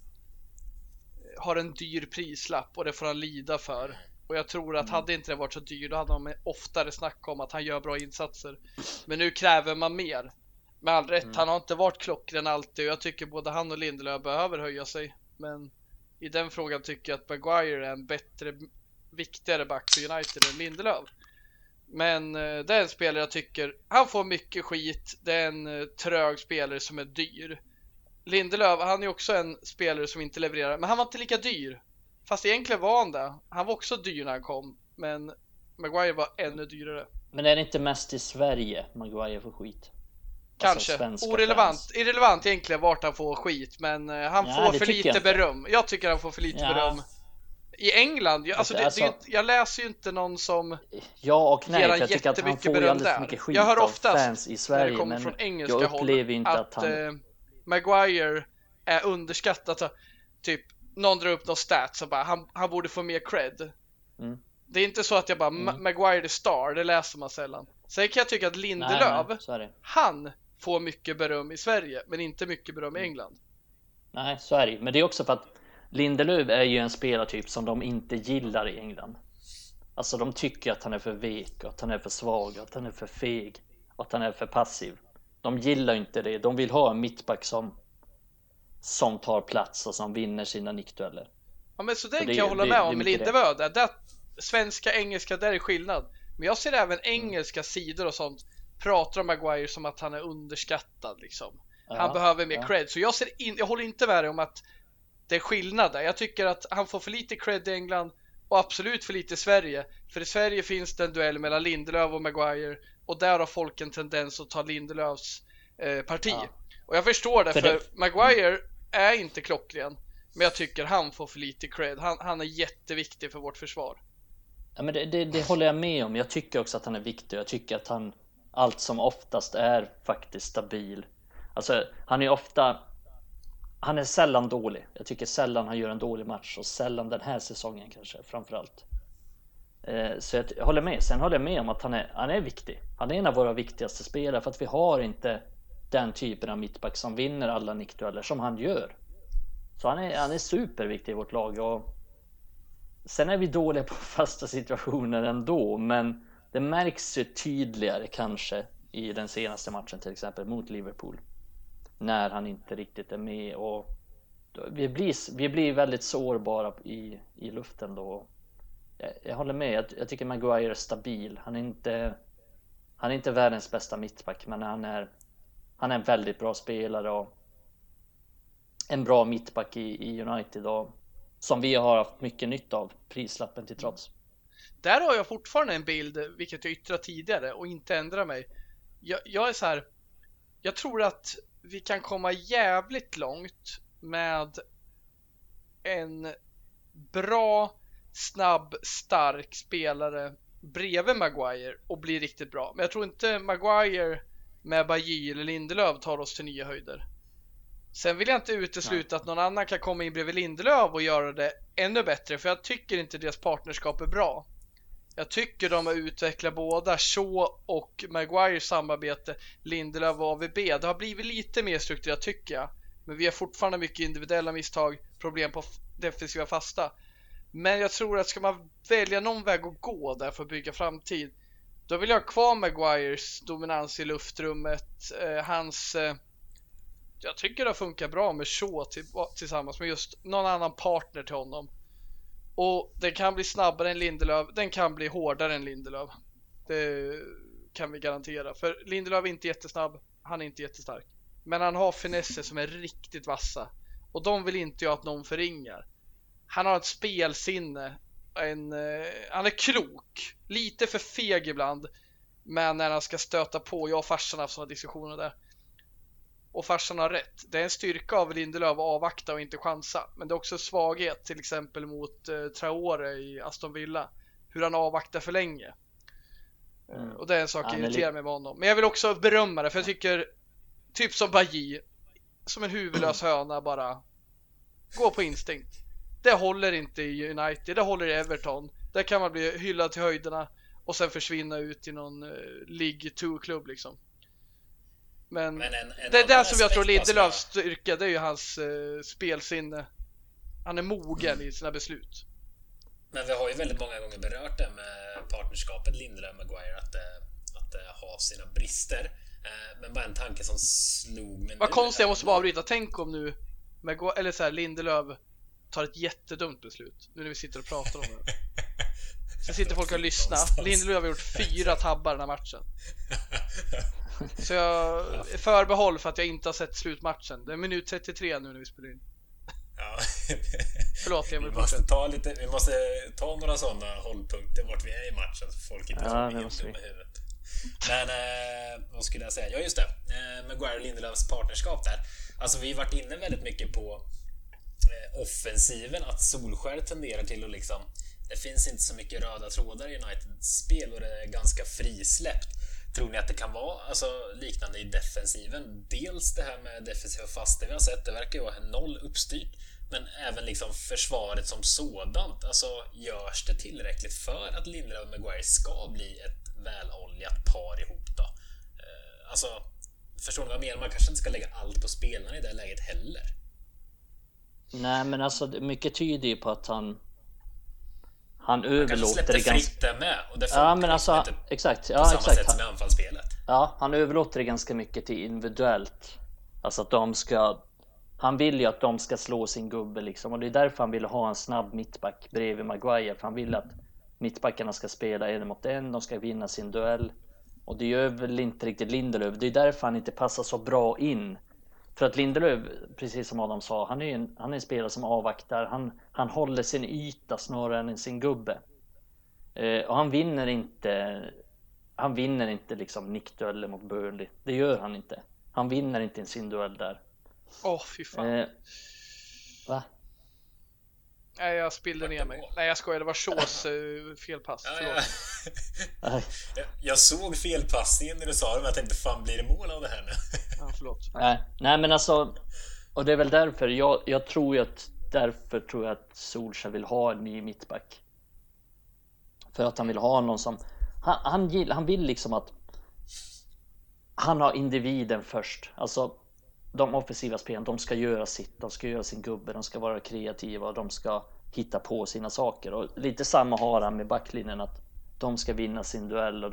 har en dyr prislapp och det får han lida för. Och jag tror att hade inte det varit så dyrt, då hade man oftare snackat om att han gör bra insatser. Men nu kräver man mer. Med all rätt, han har inte varit klockren alltid. Och jag tycker både han och Lindelöf behöver höja sig. Men i den frågan tycker jag att Maguire är en bättre, viktigare back för United än Lindelöf. Men det är en spelare jag tycker, han får mycket skit. Det är en trög spelare som är dyr. Lindelöf, han är också en spelare som inte levererar. Men han var inte lika dyr. Fast egentligen var han det. Han var också dyr när han kom. Men Maguire var ännu dyrare. Men är det inte mest i Sverige Maguire får skit? Kanske. Alltså Irrelevant egentligen vart han får skit. Men han får för lite beröm. Jag tycker han får för lite beröm. I England, jag läser ju inte någon som ja och nej, för jag tycker att han får ju alldeles mycket skit. Jag hör oftast av fans i Sverige, när det kommer från engelska håll inte att han... Maguire är underskattad. Typ någon drar upp någon stats och bara han borde få mer cred. Det är inte så att jag bara Maguire the star, det läser man sällan. Sen kan jag tycka att Lindelöf, han får mycket beröm i Sverige men inte mycket beröm i England. Nej, så är det. Men det är också för att Lindelöf är ju en spelartyp som de inte gillar i England. Alltså de tycker att han är för vek, att han är för svag, att han är för feg, att han är för passiv. De gillar inte det. De vill ha en mittback som tar plats och som vinner sina nickdueller. Ja, men så den kan jag hålla med om med Lindelöf. Det svenska, engelska, där är skillnad. Men jag ser även engelska sidor och sånt pratar om Maguire som att han är underskattad liksom. Han behöver mer cred. Så jag håller inte med om att det är skillnad där. Jag tycker att han får för lite cred i England och absolut för lite i Sverige. För i Sverige finns det en duell mellan Lindelöf och Maguire och där har folk en tendens att ta Lindelöfs parti. Och jag förstår det, för Maguire är inte klockren. Men jag tycker han får för lite cred. Han är jätteviktig för vårt försvar. Ja, men det håller jag med om. Jag tycker också att han är viktig. Jag tycker att han allt som oftast är faktiskt stabil. Alltså han är sällan dålig. Jag tycker sällan han gör en dålig match. Och sällan den här säsongen kanske framförallt. Så jag håller med. Sen håller jag med om att han är viktig. Han är en av våra viktigaste spelare. För att vi har inte den typen av mittback som vinner alla nickdueller som han gör. Så han är superviktig i vårt lag. Och sen är vi dåliga på fasta situationer ändå. Men det märks ju tydligare kanske i den senaste matchen till exempel mot Liverpool. När han inte riktigt är med. Och vi blir väldigt sårbara i luften då. Jag håller med. Jag tycker Maguire är stabil. Han är inte världens bästa mittback. Men han är en väldigt bra spelare. Och en bra mittback i United. Och som vi har haft mycket nytta av. Prislappen till trots. Där har jag fortfarande en bild, vilket jag yttrat tidigare och inte ändrar mig. Jag är så här. Jag tror att vi kan komma jävligt långt med en bra, snabb, stark spelare bredvid Maguire och bli riktigt bra. Men jag tror inte Maguire med Bajy eller Lindelöf tar oss till nya höjder. Sen vill jag inte utesluta att någon annan kan komma in bredvid Lindelöf och göra det ännu bättre, för jag tycker inte deras partnerskap är bra. Jag tycker de har utvecklat båda Shaw och Maguires samarbete, Lindelöf och AVB. Det har blivit lite mer strukturerat tycker jag. Men vi har fortfarande mycket individuella misstag, problem på defensiva fasta. Men jag tror att ska man välja någon väg att gå där för att bygga framtid, då vill jag ha kvar Maguires dominans i luftrummet. Jag tycker det funkar bra med Shaw tillsammans med just någon annan partner till honom. Och den kan bli snabbare än Lindelöf. Den kan bli hårdare än Lindelöf. Det kan vi garantera. För Lindelöf är inte jättesnabb. Han är inte jättestark. Men han har finesser som är riktigt vassa. Och de vill inte jag att någon förringar. Han har ett spelsinne. Han är klok. Lite för feg ibland. Men när han ska stöta på. Jag och farsan har haft sådana diskussioner där. Och farsan har rätt. Det är en styrka av Lindelöf att avvakta och inte chansa. Men det är också svaghet, till exempel mot Traore i Aston Villa. Hur han avvaktar för länge. Och det är en sak jag irriterar mig med honom. Men jag vill också berömma det, för jag tycker typ som Bajy, som en huvudlös höna, bara gå på instinkt. Det håller inte i United, det håller i Everton. Där kan man bli hyllad till höjderna och sen försvinna ut i någon League 2-klubb liksom. Men det är där som jag tror Lindelöfs styrka, det är ju hans spelsinne. Han är mogen i sina beslut. Men vi har ju väldigt många gånger berört det med partnerskapet Lindelöf-Maguire, att det har sina brister. Men bara en tanke som slog mig. Vad konstigt, jag måste bara avbryta. Tänk om nu eller så här, Lindelöf tar ett jättedumt beslut nu när vi sitter och pratar om det. Så sitter folk och lyssnar. Lindelöf har gjort 4 tabbar den här matchen. Så jag förbehåll för att jag inte har sett slutmatchen. Det är minut 33 nu när vi spelar in. Ja. Förlåt, jag vi måste ta några sådana hållpunkter vart vi är i matchen så folk inte tror vi är dumma i huvudet. Men vad skulle jag säga? Ja, just det. Maguire och Lindelöfs partnerskap där. Alltså vi har varit inne väldigt mycket på offensiven, att Solskjær tenderar till att liksom, det finns inte så mycket röda trådar i Uniteds spel och det är ganska frisläppt. Tror ni att det kan vara liknande i defensiven? Dels det här med defensiva faster vi har sett, det verkar ju vara 0 uppstyrt. Men även liksom försvaret som sådant. Alltså görs det tillräckligt för att Lindelöf och Maguire ska bli ett väloljat par ihop då? Alltså, förstår ni vad jag menar? Man kanske inte ska lägga allt på spelarna i det läget heller. Nej, men alltså mycket tyder ju på att han överlåter det ganska fritt där med, och det ja, men alltså inte exakt, på samma sätt som i anfallsspelet. Ja, han överlåter det ganska mycket till individuellt. Alltså att han vill ju att de ska slå sin gubbe liksom, och det är därför han vill ha en snabb mittback bredvid Maguire, för han vill att mittbackarna ska spela 1 mot 1, de ska vinna sin duell. Och det gör väl inte riktigt Lindelöf. Det är därför han inte passar så bra in. För att Lindelöf, precis som Adam sa, han är en spelare som avvaktar. Han håller sin yta snarare än sin gubbe. Och han vinner inte liksom nickdueller mot Burnley. Det gör han inte. Han vinner inte sin duell där. Fy fan. Va? Nej, jag spillde ner mig. Nej, jag skojar, det var Shaws felpass. Ja. Jag såg felpassningen när du sa det, men jag tänkte, fan, blir det mål av det här nu? Ja, förlåt. Nej, men alltså, och det är väl därför jag tror att Solskjær vill ha en ny mittback. För att han vill ha någon som han vill liksom att han har individen först. Alltså de offensiva spelarna, de ska göra sitt, de ska göra sin gubbe, de ska vara kreativa och de ska hitta på sina saker. Och lite samma har han med backlinjen, att de ska vinna sin duell och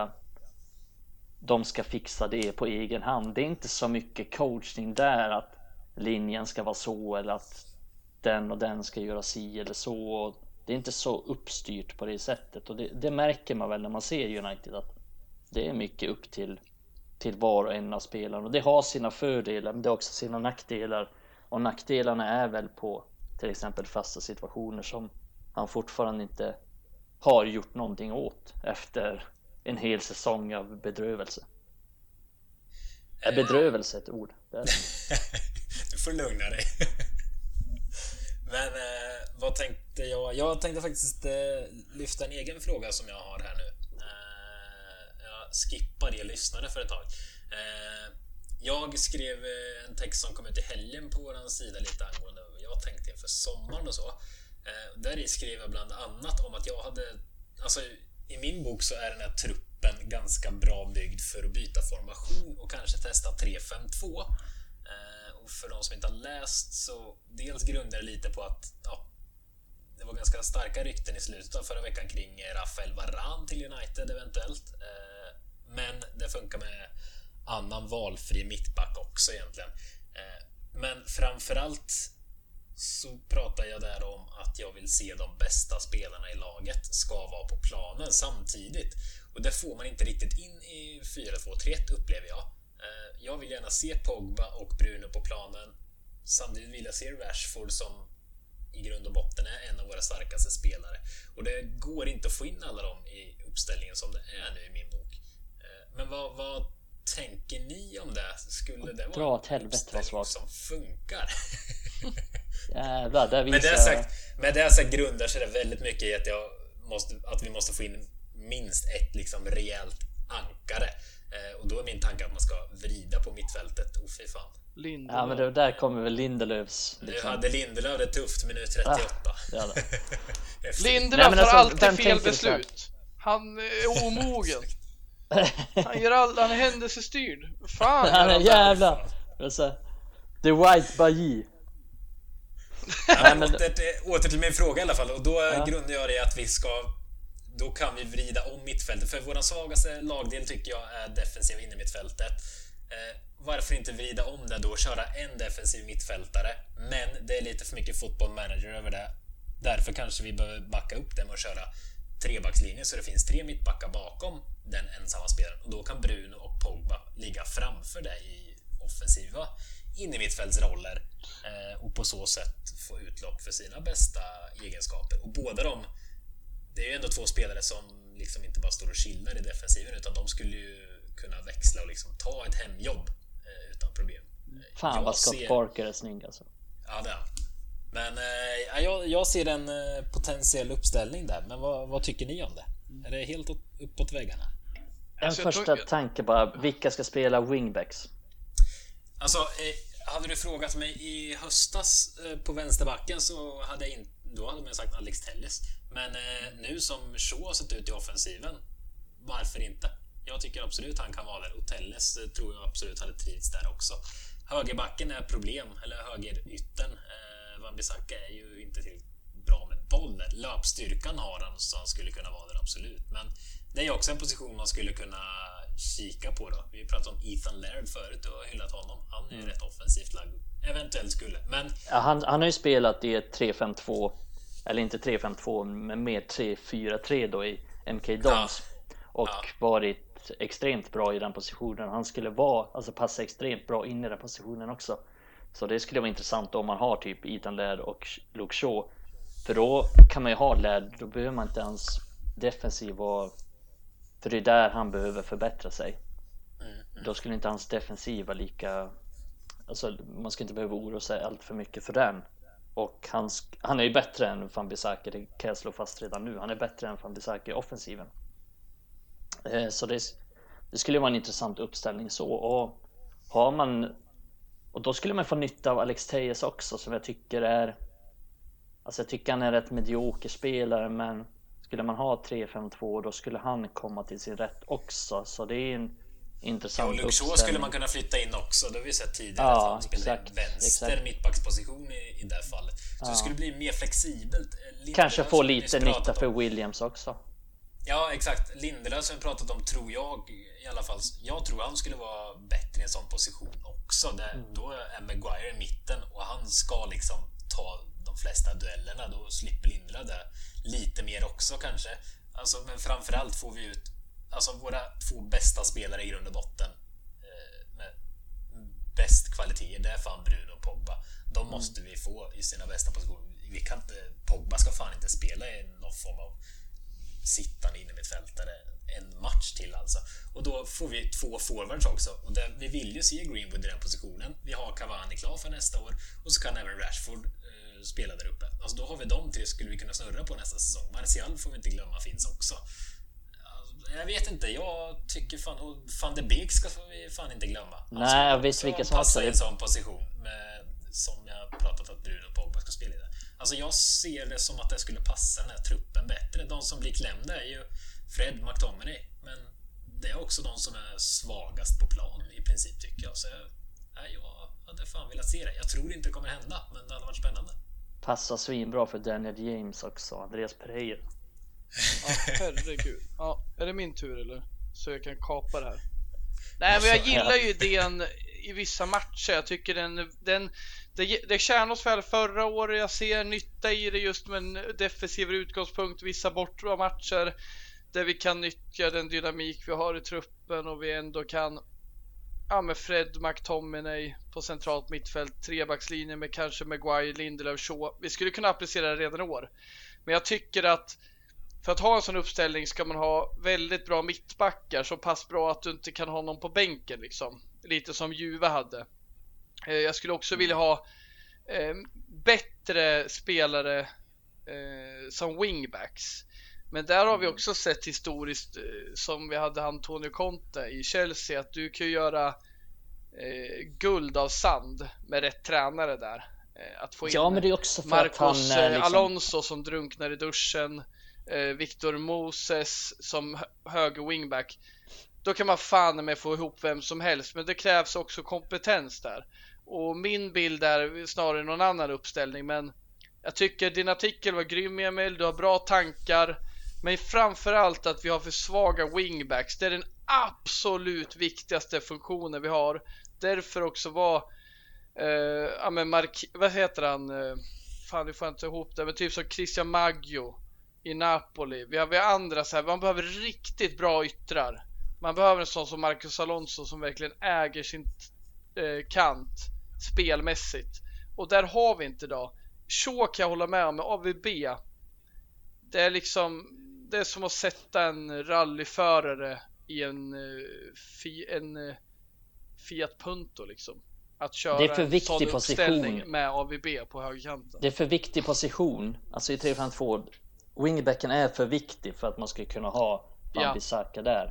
de ska fixa det på egen hand. Det är inte så mycket coachning där, att linjen ska vara så eller att den och den ska göra si eller så. Det är inte så uppstyrt på det sättet, och det märker man väl när man ser United, att det är mycket upp till var och en av spelarna, och det har sina fördelar, men det har också sina nackdelar, och nackdelarna är väl på till exempel fasta situationer som han fortfarande inte har gjort någonting åt efter en hel säsong av bedrövelse. Är bedrövelse ett ord? Du får lugna dig. Men vad tänkte jag? Jag tänkte faktiskt lyfta en egen fråga som jag har här nu. Jag skippade och lyssnade för ett tag. Jag skrev en text som kom ut i helgen på vår sida lite angående vad jag tänkte inför sommaren och så. Där skrev jag bland annat om att jag hade, alltså i min bok så är den här truppen ganska bra byggd för att byta formation och kanske testa 3-5-2. Och för de som inte har läst, så dels grundar det lite på att det var ganska starka rykten i slutet av förra veckan kring Rafael Varane till United eventuellt. Men det funkar med annan valfri mittback också egentligen. Men framförallt så pratar jag där om att jag vill se de bästa spelarna i laget ska vara på planen samtidigt. Och det får man inte riktigt in i 4-2-3-1, upplever jag. Jag vill gärna se Pogba och Bruno på planen. Samtidigt vill jag se Rashford, som i grund och botten är en av våra starkaste spelare. Och det går inte att få in alla dem i uppställningen som det är nu i min bok. Men vad tänker ni om det? Skulle det dra vara åt helvete vad svagt som funkar? Jävlar, där med det sagt grundar sig det väldigt mycket i att vi måste få in minst ett liksom rejält ankare. Och då är min tanke att man ska vrida på mittfältet. Fy fan. Lindelöf. Ja, men det där kommer väl Lindelöfs liksom. Nu hade Lindelöf det tufft minut 38. Lindelöf har alltid fel beslut. Han är omogen. Han är händelsestyrd. Fan, han är jävla The White Bailly. Åter till min fråga i alla fall. Och då grundar jag det att då kan vi vrida om mittfältet. För våran svagaste lagdel tycker jag är defensiv in i mittfältet. Varför inte vrida om det då och köra en defensiv mittfältare? Men det är lite för mycket football manager över det. Därför kanske vi behöver backa upp det med att köra trebackslinjen så det finns 3 mittbackar bakom den ensamma spelaren. Och då kan Bruno och Pogba ligga framför det i offensiva in i mittfältsroller och på så sätt få utlopp för sina bästa egenskaper. Och båda de, det är ju ändå 2 spelare som liksom inte bara står och chillar i defensiven utan de skulle ju kunna växla och liksom ta ett hemjobb utan problem. Fan vad Scott Parker är snygg alltså. Ja, det är. Men jag ser en potentiell uppställning där. Men vad tycker ni om det? Är det helt uppåt väggarna? En första tanke bara, vilka ska spela wingbacks? Alltså, hade du frågat mig i höstas på vänsterbacken så då hade man sagt Alex Telles. Men nu som Shaw har sett ut i offensiven, varför inte? Jag tycker absolut han kan vara där. Och Telles tror jag absolut hade trivts där också. Högerbacken är problem, eller högerytten. Wan-Bissaka är ju inte till bra med boll där. Löpstyrkan har han så han skulle kunna vara där absolut. Men det är också en position man skulle kunna kika på då. Vi pratade om Ethan Laird förut och hyllat honom. Han är ju rätt offensivt lagd. Eventuellt skulle. Men ja, han har ju spelat i ett 3-5-2 eller inte 3-5-2 men mer 3-4-3 då i MK Dons och varit extremt bra i den positionen. Han skulle passa extremt bra in i den positionen också. Så det skulle vara intressant om man har typ Ethan Laird och Luke Shaw. För då kan man ju ha Laird, då behöver man inte ens defensiv för det är där han behöver förbättra sig. Då skulle inte hans defensiv vara lika, alltså man ska inte behöva oroa sig allt för mycket för den. Och han är ju bättre än Wan-Bissaka, det kan jag slå fast redan nu. Han är bättre än Wan-Bissaka i offensiven. Så det skulle vara en intressant uppställning så. Och då skulle man få nytta av Alex Telles också, som jag tycker jag tycker han är rätt medioker spelare, men skulle man ha 3-5-2 då skulle han komma till sin rätt också. Så det är en intressant uppställning. Och Luke Shaw skulle man kunna flytta in också. Det har vi sett tidigare att han spelar vänster mittbacksposition i det fallet. Så det skulle bli mer flexibelt. Kanske få lite nytta för Williams också. Ja, exakt. Lindelöf som vi pratat om tror jag i alla fall. Jag tror han skulle vara bättre i en sån position också. Då är Maguire i mitten och han ska liksom ta de flesta duellerna. Då slipper Lindelöf det lite mer också kanske. Alltså, men framförallt får vi ut våra 2 bästa spelare i grund och botten med bäst kvalitet. Det är fan Bruno och Pogba. De måste vi få i sina bästa positioner. Pogba ska fan inte spela i någon form av sittande inne mittfältare en match till alltså. Och då får vi 2 forwards också. Och vi vill ju se Greenwood i den positionen. Vi har Cavani klar för nästa år. Och så kan även Rashford spela där uppe. Alltså då har vi de 3 skulle vi kunna snurra på nästa säsong. Martial får vi inte glömma finns också. Jag vet inte, jag tycker Van de Beek ska vi fan inte glömma. Nej, jag vet vilka som passar i en sån position som jag pratat att Bruno och Pogba ska spela i det. Alltså jag ser det som att det skulle passa den här truppen bättre. De som blir klämda är ju Fred, McTominay, men det är också de som är svagast på plan i princip tycker jag. Så jag hade fan velat se det. Jag tror inte det kommer hända, men det hade varit spännande. Passar svinbra för Daniel James också, Andreas Pereira. Ja, herregud. Ja, är det min tur eller? Så jag kan kapa det här. Nej, men jag gillar ju idén i vissa matcher. Jag tycker det tjänade oss väl förra året. Jag ser nytta i det just med en defensiv utgångspunkt. Vissa borta matcher där vi kan nyttja den dynamik vi har i truppen och vi ändå kan med Fred, McTominay på centralt mittfält, trebackslinjen med kanske Maguire, Lindelöf, Shaw. Vi skulle kunna applicera det redan i år. Men jag tycker att för att ha en sån uppställning ska man ha väldigt bra mittbackar, så pass bra att du inte kan ha någon på bänken liksom. Lite som Juve hade. Jag skulle också vilja ha bättre spelare som wingbacks. Men där har vi också sett historiskt, som vi hade Antonio Conte i Chelsea, att du kan göra guld av sand med rätt tränare där. Att få in men det är också för Marcos att han, liksom... Alonso som drunknar i duschen, Victor Moses som höger wingback. Då kan man fan med få ihop vem som helst, men det krävs också kompetens där. Och min bild är snarare någon annan uppställning, men jag tycker din artikel var grym, Emil. Du har bra tankar, men framförallt att vi har för svaga wingbacks. Det är den absolut viktigaste funktionen vi har. Därför också var vad heter han? Fan, du får inte ihop det, men typ som Christian Maggio i Napoli. Vi har andra så här, man behöver riktigt bra yttrar. Man behöver en sån som Marcos Alonso som verkligen äger sin kant spelmässigt. Och där har vi inte idag. Så kan jag hålla med om, med AVB. Det är liksom, det är som att sätta en rallyförare i en Fiat Punto liksom. Att köra det är för en viktig sån uppställning position med AVB på högerkanten. Det är för viktig position. Alltså i 3-5-2, wingbacken är för viktig för att man ska kunna ha Wan-Bissaka där.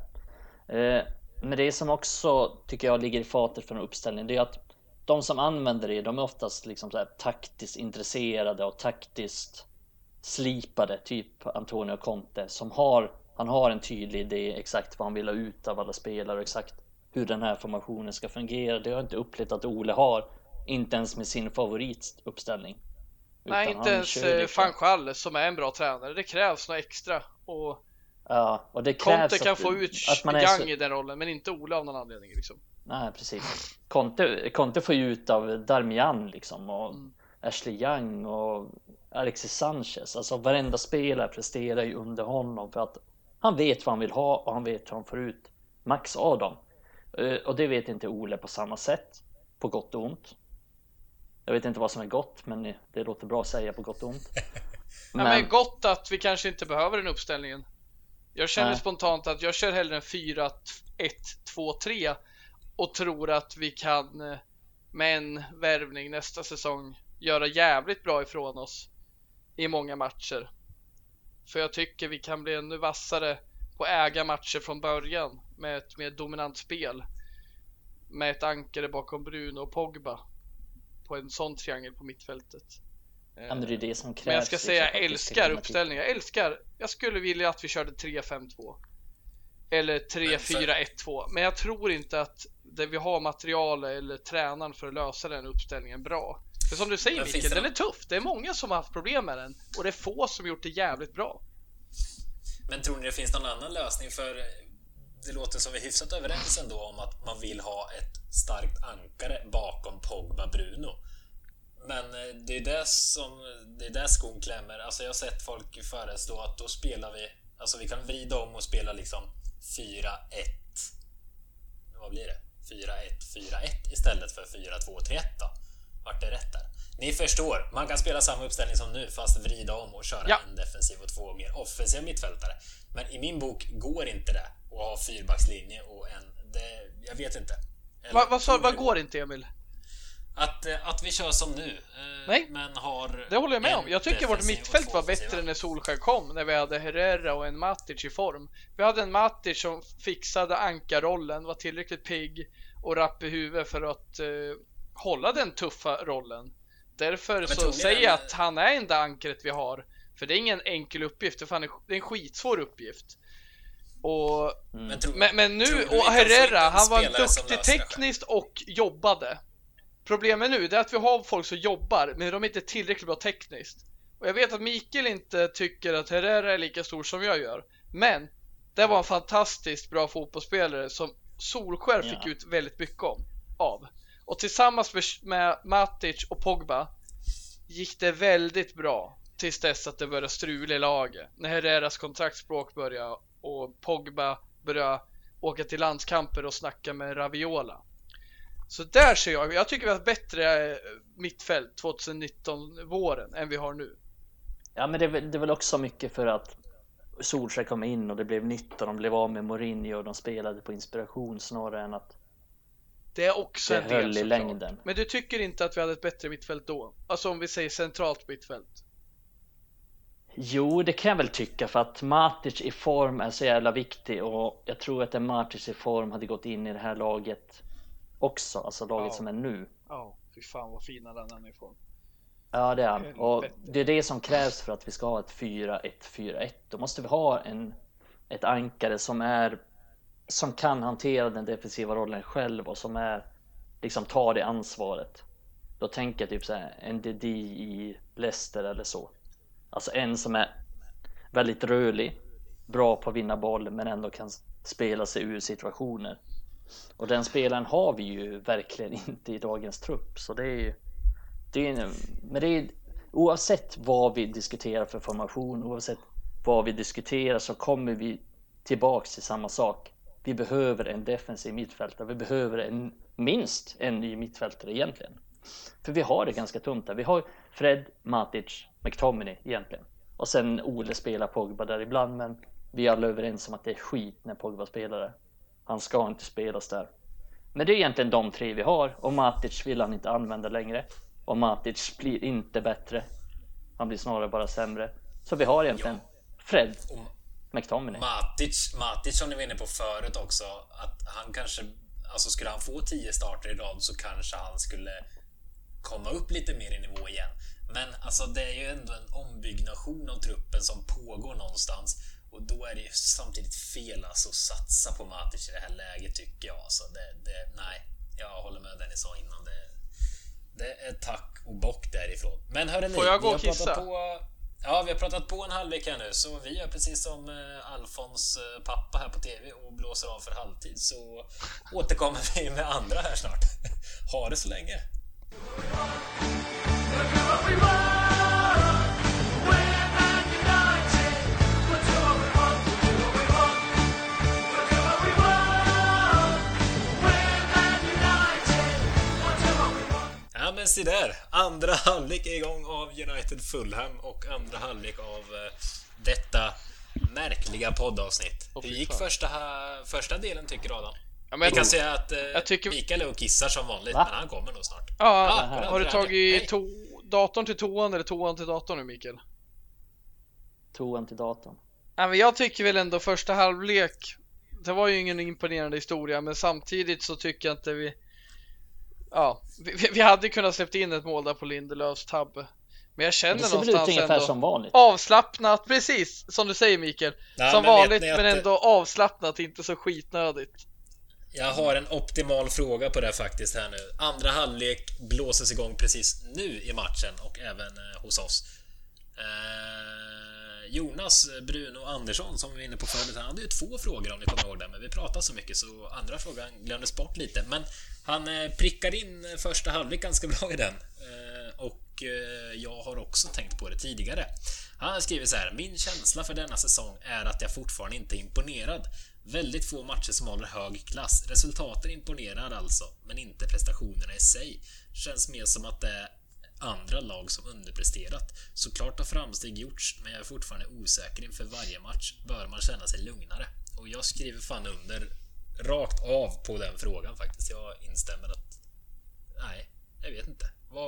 Men det som också tycker jag ligger i fatet för en uppställning, det är att de som använder det, de är oftast liksom så här taktiskt intresserade och taktiskt slipade, typ Antonio Conte, som han har en tydlig idé exakt vad han vill ha ut av alla spelare och exakt hur den här formationen ska fungera. Det har jag inte upplevt att Ole har, inte ens med sin favorituppställning. Nej, inte ens Fanchal som är en bra tränare. Det krävs något extra. Och och det krävs Conte kan få ut att man Young i den rollen, men inte Ole av någon anledning liksom. Nej, precis. Conte får ju ut av Darmian liksom, och Ashley Young och Alexis Sanchez. Alltså varenda spelare presterar ju under honom för att han vet vad han vill ha och han vet hur han får ut max av dem. Och det vet inte Ole på samma sätt, på gott och ont. Jag vet inte vad som är gott, men det låter bra att säga på gott och ont. Men gott att vi kanske inte behöver den uppställningen. Jag känner spontant att jag kör hellre en 4-1-2-3 och tror att vi kan med en värvning nästa säsong göra jävligt bra ifrån oss i många matcher. För jag tycker vi kan bli ännu vassare på äga matcher från början med ett mer dominant spel, med ett ankare bakom Bruno och Pogba på en sån triangel på mittfältet. Men det är det som krävs. Men jag ska säga, jag älskar uppställningar. Jag skulle vilja att vi körde 3-5-2 eller 3-4-1-2, men jag tror inte att det vi har material eller tränaren för att lösa den uppställningen bra. För som du säger, Mikael, den är tuff. Det är många som har haft problem med den och det är få som gjort det jävligt bra. Men tror ni det finns någon annan lösning? För det låter som vi är hyfsat överens ändå om att man vill ha ett starkt ankare bakom Pogba, Bruno. Men det är där skon klämmer. Alltså jag har sett folk föreslå att då spelar vi, alltså vi kan vrida om och spela liksom 4-1. Vad blir det? 4-1-4-1 istället för 4-2-3-1 då. Vart är rätt där? Ni förstår, man kan spela samma uppställning som nu fast vrida om och köra en defensiv och två mer offensiva mittfältare. Men i min bok går inte det att ha fyrbackslinje och jag vet inte. Vad går inte, Emil? Att vi kör som nu. Nej, men har det håller jag med om. Jag tycker vårt mittfält var bättre när Solskär kom, när vi hade Herrera och en Matic i form. Vi hade en Matic som fixade ankarrollen, var tillräckligt pigg och rapp i huvudet för att hålla den tuffa rollen. Därför så säger jag att han är enda ankret vi har. För det är ingen enkel uppgift, det är en skitsvår uppgift. Men nu, och Herrera, han var duktig tekniskt och jobbade. Problemet nu är att vi har folk som jobbar, men de är inte tillräckligt bra tekniskt. Och jag vet att Mikael inte tycker att Herrera är lika stor som jag gör. Men det var en fantastiskt bra fotbollsspelare som Solskär fick ut väldigt mycket av. Och tillsammans med Matic och Pogba gick det väldigt bra tills dess att det började strula i laget. När Herreras kontraktsspråk började och Pogba började åka till landskamper och snacka med Raviola. Så där ser jag tycker vi har ett bättre mittfält 2019 våren än vi har nu. Ja, men det är väl också mycket för att Solskjaer kom in och det blev nytt och de blev av med Mourinho och de spelade på inspiration snarare än att det är också en del höll i längden. Men du tycker inte att vi hade ett bättre mittfält då? Alltså om vi säger centralt mittfält. Jo, det kan jag väl tycka, för att Matic i form är så jävla viktig, och jag tror att en Matic i form hade gått in i det här laget också, alltså laget som är nu. Ja, fy fan vad fina den är i form. Ja, det är han. Och det är det som krävs för att vi ska ha ett 4-1-4-1. Då måste vi ha ett ankare som kan hantera den defensiva rollen själv och som är liksom tar det ansvaret. Då tänker jag typ så här, en DD i Leicester eller så. Alltså en som är väldigt rörlig, bra på att vinna boll, men ändå kan spela sig ur situationer. Och den spelaren har vi ju verkligen inte i dagens trupp. Så men det är oavsett vad vi diskuterar för formation, oavsett vad vi diskuterar, så kommer vi tillbaks till samma sak. Vi behöver en defensiv mittfältare. Vi behöver minst en ny mittfältare egentligen. För vi har det ganska tunt där. Vi har Fred, Matic, McTominay egentligen. Och sen Ole spelar Pogba där ibland, men vi är alla överens om att det är skit när Pogba spelar där. Han ska inte spelas där. Men det är egentligen de tre vi har. Och Matic vill han inte använda längre. Och Matic blir inte bättre. Han blir snarare bara sämre. Så vi har egentligen Fred, McTominay. Matic som ni var inne på förut också, att han kanske, alltså skulle han få 10 starter i rad så kanske han skulle komma upp lite mer i nivå igen. Men alltså det är ju ändå en ombyggnation av truppen som pågår någonstans, och då är det ju samtidigt fel alltså att satsa på Matic i det här läget, tycker jag. Alltså nej, jag håller med det ni sa innan. Det är tack och bock därifrån. Men hörrni, får jag gå och kissa? Vi har pratat på en halvlek här nu, så vi gör precis som Alfons pappa här på TV och blåser av för halvtid, så återkommer vi med andra här snart. Ha det så länge. Ja, men se där. Andra halvlek är igång av United Fulham och andra halvlek av detta märkliga poddavsnitt. Hur gick första delen, tycker du, Adam? Ja, vi kan säga att Mikael är och kissar som vanligt, men han kommer nog snart. Har du tagit datorn till toan eller toan till datorn nu, Mikael? Toan till datorn. Ja, men jag tycker väl ändå första halvlek, det var ju ingen imponerande historia, men samtidigt så tycker jag inte vi hade kunnat släppt in ett mål där på Lindelöfs tabbe. Men jag känner någonstans ändå som vanligt. Avslappnat, precis som du säger, Mikael. Som vanligt, men ändå avslappnat, inte så skitnödigt. Jag har en optimal fråga på det faktiskt här nu. Andra halvlek blåses igång precis nu i matchen och även hos oss. Jonas Bruno Andersson, som vi var inne på förut, han hade ju 2 frågor om ni kommer ihåg det, men vi pratade så mycket så andra frågan glömdes bort lite. Men han prickar in första halvlek ganska bra i den, och jag har också tänkt på det tidigare. Han skriver så här: min känsla för denna säsong är att jag fortfarande inte är imponerad. Väldigt få matcher som håller hög klass. Resultaten imponerar alltså, men inte prestationerna i sig. Känns mer som att det är andra lag som underpresterat. Såklart har framsteg gjorts, men jag är fortfarande osäker inför varje match. Bör man känna sig lugnare? Och jag skriver fan under rakt av på den frågan faktiskt. Jag instämmer att nej, jag vet inte.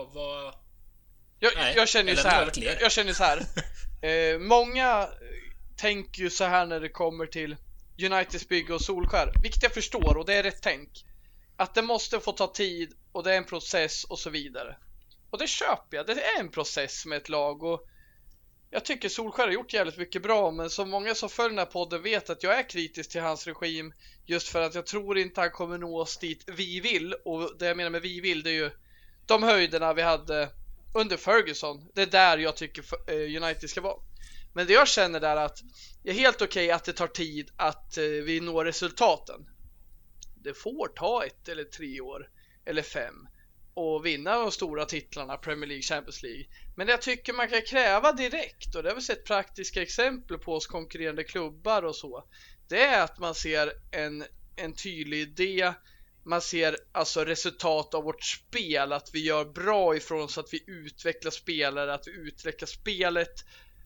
Jag känner så här. Många tänker ju så här när det kommer till Uniteds bygge och Solskjaer, vilket jag förstår, och det är rätt tänk, att det måste få ta tid och det är en process och så vidare. Och det köper jag, det är en process med ett lag, och jag tycker Solskjaer har gjort jävligt mycket bra, men så många som följer den här podden vet att jag är kritisk till hans regim, just för att jag tror inte han kommer nå oss dit vi vill. Och det jag menar med vi vill, det är ju de höjderna vi hade under Ferguson. Det är där jag tycker United ska vara. Men det jag känner där att det är helt okej att det tar tid att vi når resultaten. Det får ta 1 eller 3 år eller 5 och vinna de stora titlarna, Premier League, Champions League. Men det jag tycker man kan kräva direkt, och det har vi sett praktiska exempel på hos konkurrerande klubbar och så, det är att man ser en tydlig idé. Man ser alltså resultat av vårt spel, att vi gör bra ifrån så att vi utvecklar spelare, att vi utvecklar spelet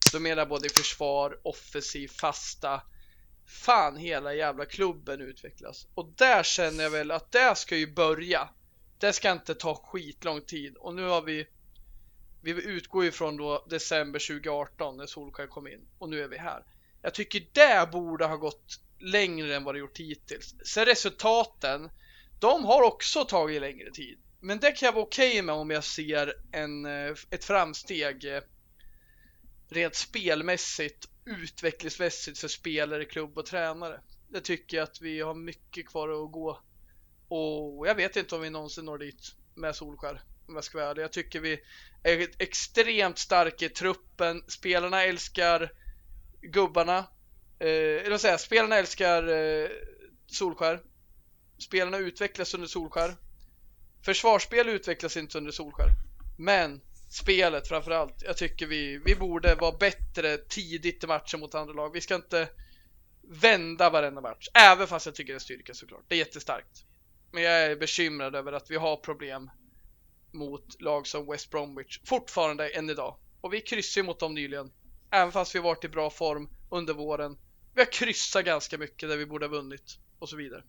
Då menar jag både försvar, offensiv, fasta. Fan, hela jävla klubben utvecklas. Och där känner jag väl att det ska ju börja. Det ska inte ta skitlång tid. Och nu har vi utgår ju från då december 2018 när Solskjaer kom in. Och nu är vi här. Jag tycker det borde ha gått längre än vad det gjort hittills. Sen resultaten, de har också tagit längre tid. Men det kan jag vara okej med om jag ser ett framsteg rent spelmässigt, utvecklingsmässigt för spelare, klubb och tränare. Det tycker jag att vi har mycket kvar att gå. Och jag vet inte om vi någonsin når dit med Solskjaer, om jag ska vara ärlig. Jag tycker vi är extremt starka i truppen. Spelarna älskar gubbarna. Eller vad säger jag? Spelarna älskar Solskjaer. Spelarna utvecklas under Solskjaer. Försvarsspel utvecklas inte under Solskjaer. Men spelet framförallt. Jag tycker vi borde vara bättre tidigt i matchen mot andra lag. Vi ska inte vända varenda match. Även fast jag tycker det är styrka såklart. Det är jättestarkt. Men jag är bekymrad över att vi har problem mot lag som West Bromwich fortfarande än idag. Och vi kryssar mot dem nyligen. Även fast vi varit i bra form under våren. Vi har kryssat ganska mycket där vi borde ha vunnit. Och så vidare.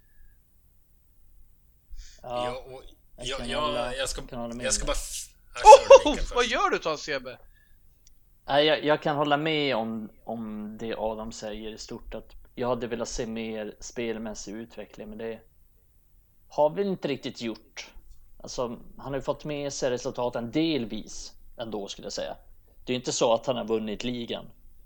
Jag ska bara... Vad gör du, Tom Sebe? Jag kan hålla med om det Adam säger i stort, att jag hade velat se mer spelmässig utveckling, men det har vi inte riktigt gjort. Alltså, han har ju fått med sig resultaten delvis ändå, skulle jag säga. Det är inte så att han har vunnit ligan,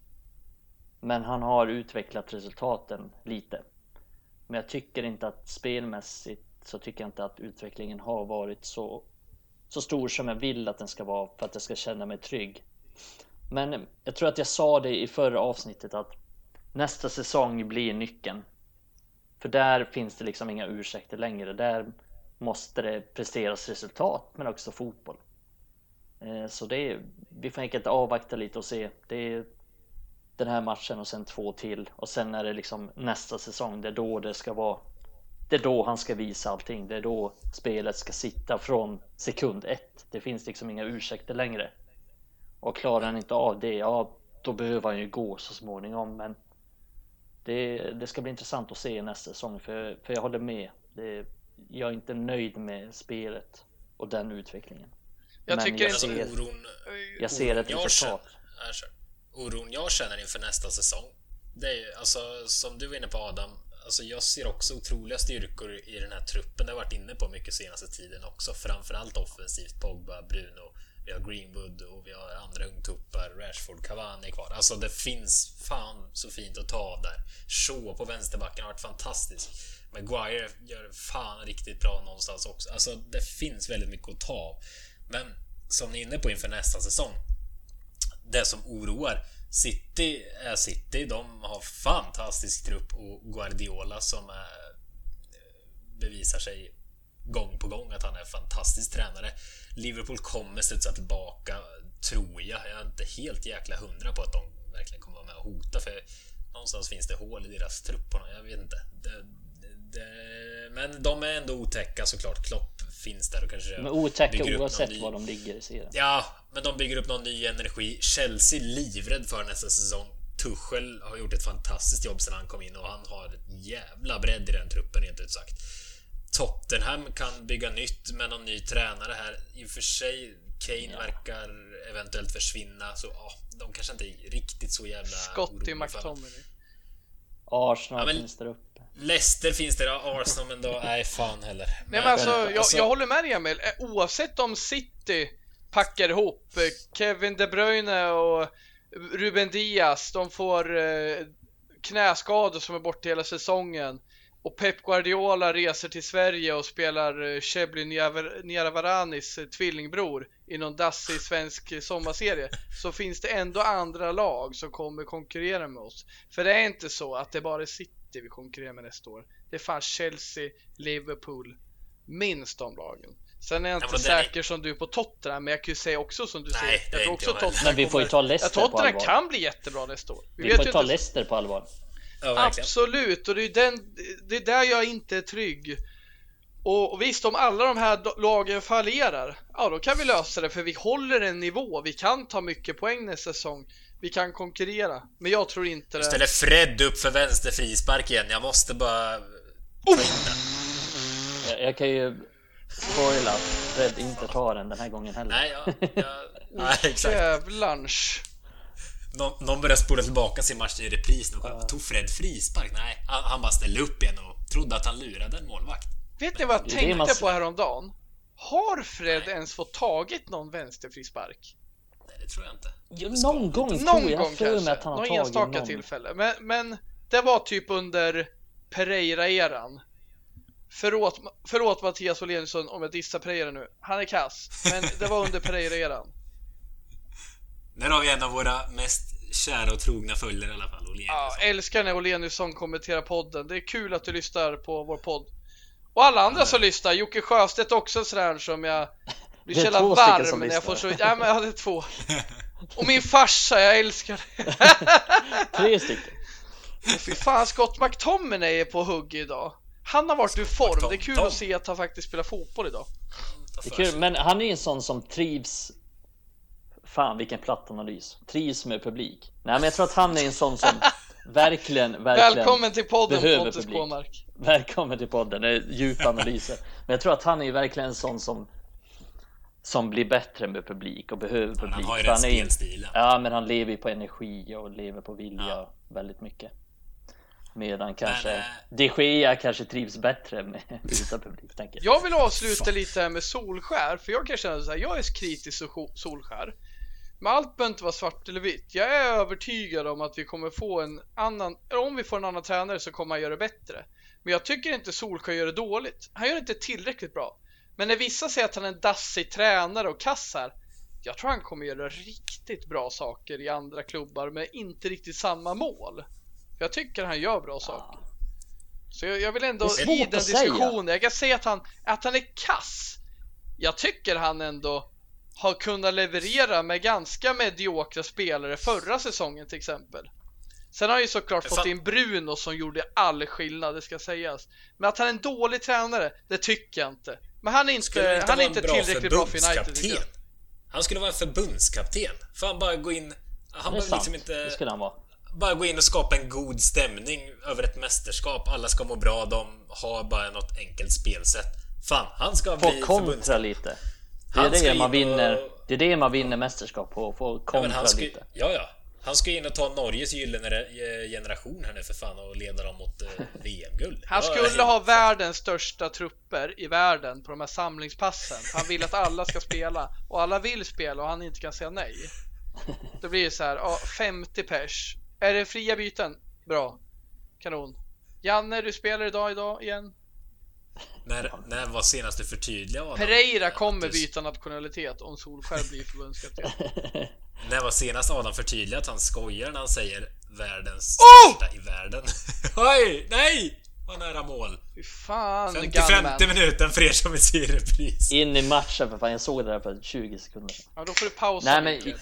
men han har utvecklat resultaten lite. Men jag tycker inte att spelmässigt, så tycker jag inte att utvecklingen har varit så stor som jag vill att den ska vara, för att jag ska känna mig trygg. Men jag tror att jag sa det i förra avsnittet, att nästa säsong blir nyckeln. För där finns det liksom inga ursäkter längre. Där måste det presteras resultat, men också fotboll. Så vi får enkelt avvakta lite och se. Det är den här matchen och sen 2 till. Och sen är det liksom nästa säsong. Det är då det ska vara. Det är då han ska visa allting. Det är då spelet ska sitta från sekund 1. Det finns liksom inga ursäkter längre. Och klarar han inte av det, ja, då behöver han ju gå så småningom. Men det ska bli intressant att se nästa säsong. För jag håller med. Jag är inte nöjd med spelet och den utvecklingen. Jag ser ett resultat. Oron jag känner inför nästa säsong, det är alltså, som du var inne på, Adam. Alltså, jag ser också otroliga styrkor i den här truppen. Det har varit inne på mycket senaste tiden också. Framförallt offensivt, Pogba, Bruno. Vi har Greenwood och vi har andra ungtuppar, Rashford, Cavani kvar. Alltså det finns fan så fint att ta av där. Shaw på vänsterbacken har varit fantastisk. Maguire gör fan riktigt bra någonstans också. Alltså det finns väldigt mycket att ta av. Men som ni är inne på inför nästa säsong, det som oroar City, de har fantastisk trupp, och Guardiola som bevisar sig gång på gång att han är en fantastisk tränare. Liverpool kommer studsa tillbaka, tror jag. Jag är inte helt jäkla 100 på att de verkligen kommer vara med och hota, för någonstans finns det hål i deras trupp. Jag vet inte. Men de är ändå otäcka såklart. Klopp finns där och kanske... Men otäcka oavsett var de ligger i serien. Ja, men de bygger upp någon ny energi. Chelsea livrädd för nästa säsong. Tuchel har gjort ett fantastiskt jobb sedan han kom in, och han har ett jävla bredd i den truppen, rent ut sagt. Tottenham kan bygga nytt med någon ny tränare här. I och för sig, Kane verkar eventuellt försvinna, så de kanske inte är riktigt så jävla Scott i McTominay. Arsenal finns där uppe. Leicester finns där, Arsenal, men då nej fan heller. Nej, men alltså, jag håller med dig, Emil. Oavsett om City packar ihop Kevin De Bruyne och Ruben Diaz, de får knäskador som är borta hela säsongen, och Pep Guardiola reser till Sverige och spelar Chebly Niaravaranis tvillingbror i någon dassig svensk sommarserie, så finns det ändå andra lag som kommer konkurrera med oss. För det är inte så att det bara är City vi konkurrerar med nästa år. Det fanns Chelsea, Liverpool, minst de lagen. Sen är jag inte säker som du på Tottenham, men jag kan ju säga också som du säger. Jag tror också Tottenham. Men vi får ju ta Leicester på allvar. Tottenham kan bli jättebra nästa år. Vi får ju ta Leicester på allvar. Ja, absolut, och det är där jag inte är trygg. Och visst, om alla de här lagen fallerar, ja, då kan vi lösa det, för vi håller en nivå. Vi kan ta mycket poäng nästa säsong. Vi kan konkurrera, men jag tror inte det. Ställer Fred upp för vänster frispark igen. Jag måste bara ta in den. Jag kan ju spoila att Fred inte tar den här gången heller. Nej, exakt. Jävlans. Någon börjar spola tillbaka sin match i repris. Tog Fred frispark? Nej, han bara ställde upp igen och trodde att han lurade en målvakt. Vet ni vad jag tänkte på häromdagen? Har Fred ens fått tagit någon vänsterfrispark? Nej, det tror jag inte. Någon gång kanske. Att han har någon tagit enstaka någon. tillfälle. Men det var typ under Pereira-eran. Förlåt Mattias Oleniusson om jag dissar Pereira nu. Han är kass. Men det var under Pereira-eran. Där har vi en av våra mest kära och trogna följare i alla fall, Oleniusson. Ja, älskar när Oleniusson kommenterar podden. Det är kul att du lyssnar på vår podd. Och alla andra som lyssnar. Jocke Sjöstedt också sådär som jag blir så jävla varm när jag får så... Ja, men jag hade 2. Och min farsa, jag älskar det. 3 stycken. Och fy fan, Scott McTominay är på hugg idag. Han har varit ur form. Det är kul att se att han faktiskt spelar fotboll idag. Det är kul, men han är ju en sån som trivs. Fan, vilken plattanalys. Trivs med publik. Nej, men jag tror att han är en sån som verkligen välkommen till podden, behöver Pontus Kåmark. Välkommen till podden, det är djupa analyser. Men jag tror att han är verkligen en sån som blir bättre med publik och behöver publik. Han har ju den spelstilen. Ja, men han lever ju på energi och lever på vilja väldigt mycket. Medan kanske De Gea kanske trivs bättre med utan publik, tänker jag. Vill avsluta lite med Solskär, för jag kan känna så här, jag är kritisk till Solskär. Men allt behöver inte vara svart eller vitt. Jag är övertygad om att vi kommer få en annan, eller om vi får en annan tränare så kommer han göra det bättre. Men jag tycker inte Solskär gör det dåligt. Han gör det inte tillräckligt bra. Men när vissa säger att han är en dassig tränare och kassar, jag tror han kommer göra riktigt bra saker i andra klubbar med inte riktigt samma mål. Jag tycker han gör bra saker. Så jag vill ändå i den diskussionen, jag kan säga att han är kass. Jag tycker han ändå har kunnat leverera med ganska mediokra spelare förra säsongen till exempel. Sen har han ju såklart fått in Bruno som gjorde all skillnad, det ska sägas. Men att han är en dålig tränare, det tycker jag inte. Men han är inte tillräckligt bra för United. Han skulle vara en förbundskapten. Fan, bara gå in. Han behöver liksom inte. Det skulle han vara. Bara gå in och skapa en god stämning över ett mästerskap. Alla ska må bra, de har bara något enkelt spelsätt. Fan, han ska bli kontra lite. Det är det man vinner. Det är det man vinner mästerskap på, få kontra lite. Ja. Han ska in och ta Norges gyllene generation här nu för fan och leda dem mot VM-guld. Han skulle ha världens största trupper i världen på de här samlingspassen. Han vill att alla ska spela och alla vill spela och han inte kan säga nej. Då blir det så här, 50 pers. Är det fria byten? Bra. Kanon. Janne, du spelar idag igen. När var senast du förtydligade? Pereira kommer byta nationalitet om Solskär blir förbundskapten. När var senast Adam förtydligade att han skojar när han säger världens största i världen? Oj, nej! Vad nära mål. Fy fan, 50 minuten för er som vill se repris. In i matchen för fan, jag såg det där för 20 sekunder. Ja, då får du pausa. Nej, men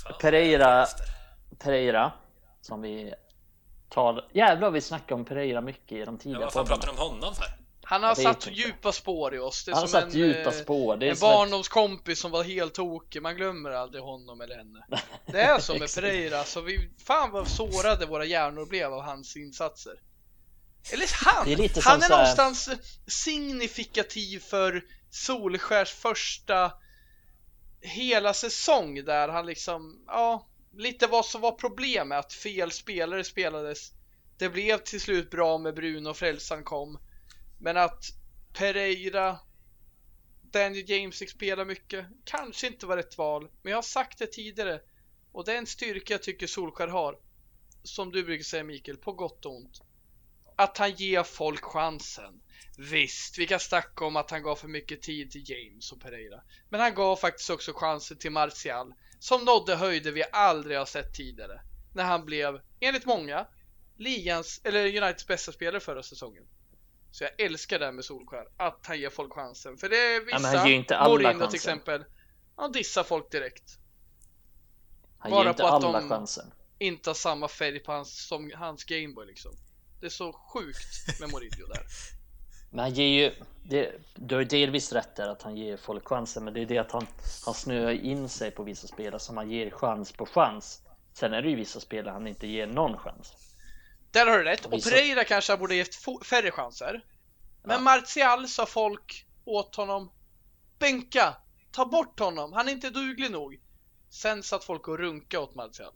Pereira som vi tar. Jävlar, vi snackar om Pereira mycket i de tidigare poddarna. Vad pratar du om honom för? Han har satt djupa spår i oss. Det är han har som satt djupa spår. Det är en barndomskompis som var helt tokig. Man glömmer aldrig honom eller henne. Det är som med Pereira. Så fan vad sårade våra hjärnor blev av hans insatser. Eller han är någonstans signifikativ för Solskärs första hela säsong där han liksom, lite vad som var problemet, att fel spelare spelades. Det blev till slut bra med Bruno och Frälsan kom. Men att Pereira, Daniel James fick spela mycket, kanske inte var rätt val. Men jag har sagt det tidigare, och det är en styrka jag tycker Solskär har, som du brukar säga Mikael, på gott och ont. Att han ger folk chansen. Visst, vi kan snacka om att han gav för mycket tid till James och Pereira. Men han gav faktiskt också chansen till Martial, som nådde höjder vi aldrig har sett tidigare. När han blev, enligt många, Uniteds bästa spelare förra säsongen. Så jag älskar det här med Solskär, att han ger folk chansen. För det är vissa, Mourinho till exempel, han dissar folk direkt. Han bara ger inte på att alla chansen. Inte har samma färg på som hans Gameboy liksom. Det är så sjukt med Mourinho där. Men han ger ju, du har delvis rätt där att han ger folk chansen. Men det är det att han snöar in sig på vissa spelare som han ger chans på chans. Sen är det ju vissa spelare han inte ger någon chans. Där har du rätt. Och Pereira kanske borde gett färre chanser. Men Martial sa folk åt honom: bänka, ta bort honom, han är inte duglig nog. Sen satt folk och runka åt Martial.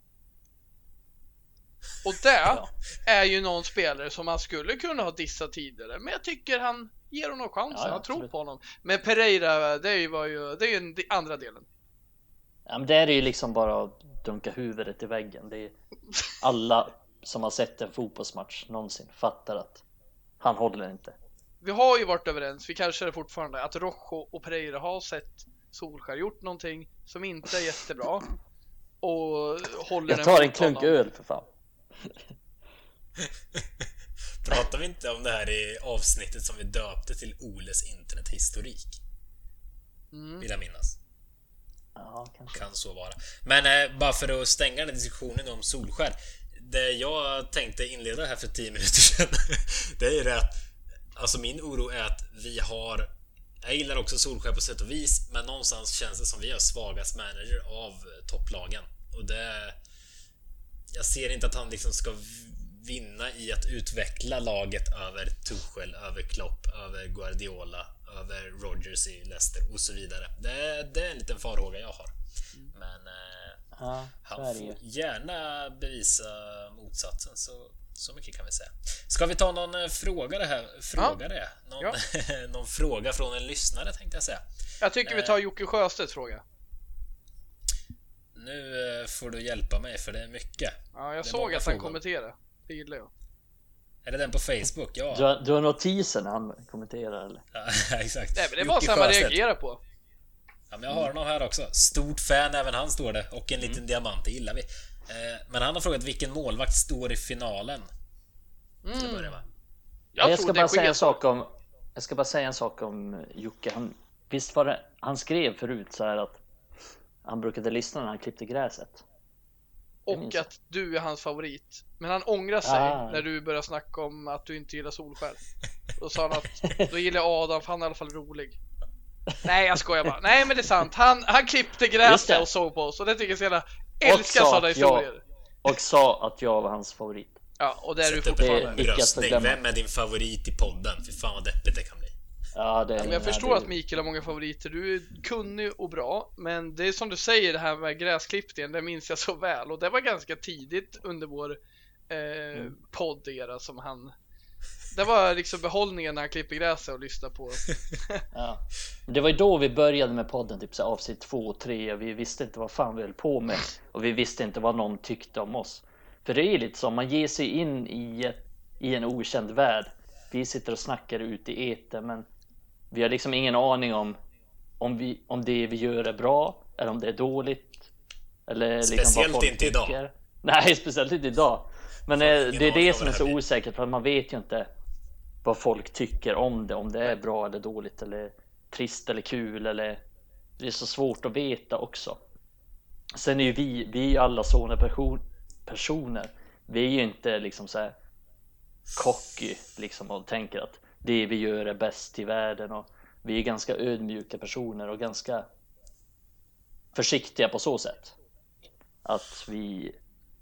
Och det är ju någon spelare som man skulle kunna ha dissat tidigare. Men jag tycker han ger honom chansen, jag tror på honom. Men Pereira, det är ju den andra delen. Ja, men det är ju liksom bara att dunka huvudet i väggen. Det är alla som har sett en fotbollsmatch någonsin fattar att han håller inte. Vi har ju varit överens, vi kanske är det fortfarande, att Rojo och Pereira har sett Solskär gjort någonting som inte är jättebra. Och håller jag tar en klunk öl för fan. Pratar vi inte om det här i avsnittet som vi döpte till Oles internethistorik? Vill jag minnas. Ja, kanske. Kan så vara. Men bara för att stänga den här diskussionen om Solskär. Det jag tänkte inleda här för 10 minuter sedan, det är ju det att alltså min oro är att vi har, jag gillar också Solskär på sätt och vis, men någonstans känns det som vi har svagast manager av topplagen. Och det, jag ser inte att han liksom ska vinna i att utveckla laget över Tuchel, över Klopp, över Guardiola, över Rodgers i Leicester och så vidare. Det är en liten farhåga jag har. Men han får gärna bevisa motsatsen, så mycket kan vi säga. Ska vi ta någon fråga det här? Någon fråga från en lyssnare tänkte jag säga. Jag tycker vi tar Jocke Sjöstedts fråga. Nu får du hjälpa mig för det är mycket. Ja, jag såg att han kommenterade. Det gillar jag. Är det den på Facebook? Ja. Du har notisen när han kommenterar eller? Ja, exakt. Nej, men det är bara så man reagerar på. Ja, men jag har honom här också. Stort fan, även han står det. Och en liten diamant, det gillar vi. Men han har frågat vilken målvakt står i finalen. Till att börja med. Jag ska bara säga en sak om Jocke. Visst var det, han skrev förut så här att han brukade lyssna när han klippte gräset. Och att du är hans favorit. Men han ångrar sig när du börjar snacka om att du inte gillar Solskär. Då sa han att då gillar Adam, för han är i alla fall rolig. Nej, jag skojar bara. Nej, men det är sant. Han klippte gräset och såg på oss. Och det tycker jag så jävla älskar sådana historier. Och sa att jag var hans favorit. Ja, och det är du fortfarande. Vem är din favorit i podden? För fan vad deppigt det kan bli. Ja, men jag förstår att Mikael har många favoriter. Du är kunnig och bra. Men det är som du säger, det här med gräsklippningen, det minns jag så väl. Och det var ganska tidigt under vår podd-era som han... Det var liksom behållningen när han klipper gräset och lyssnar på. Ja. Det var ju då vi började med podden, typ så avsnitt 2 och 3. Vi visste inte vad fan vi höll på med. Och vi visste inte vad någon tyckte om oss. För det är lite så, man ger sig in i en okänd värld. Vi sitter och snackar ut i etern, men vi har liksom ingen aning om det vi gör är bra eller om det är dåligt. Eller speciellt liksom vad folk inte tycker. Idag. Nej, speciellt inte idag. Men det är det som är så osäkert, för man vet ju inte vad folk tycker om det är bra eller dåligt eller trist eller kul, eller det är så svårt att veta också. Sen är ju vi är alla sådana personer. Vi är ju inte liksom så här cocky liksom och tänker att det vi gör är bäst i världen, och vi är ganska ödmjuka personer och ganska försiktiga på så sätt att vi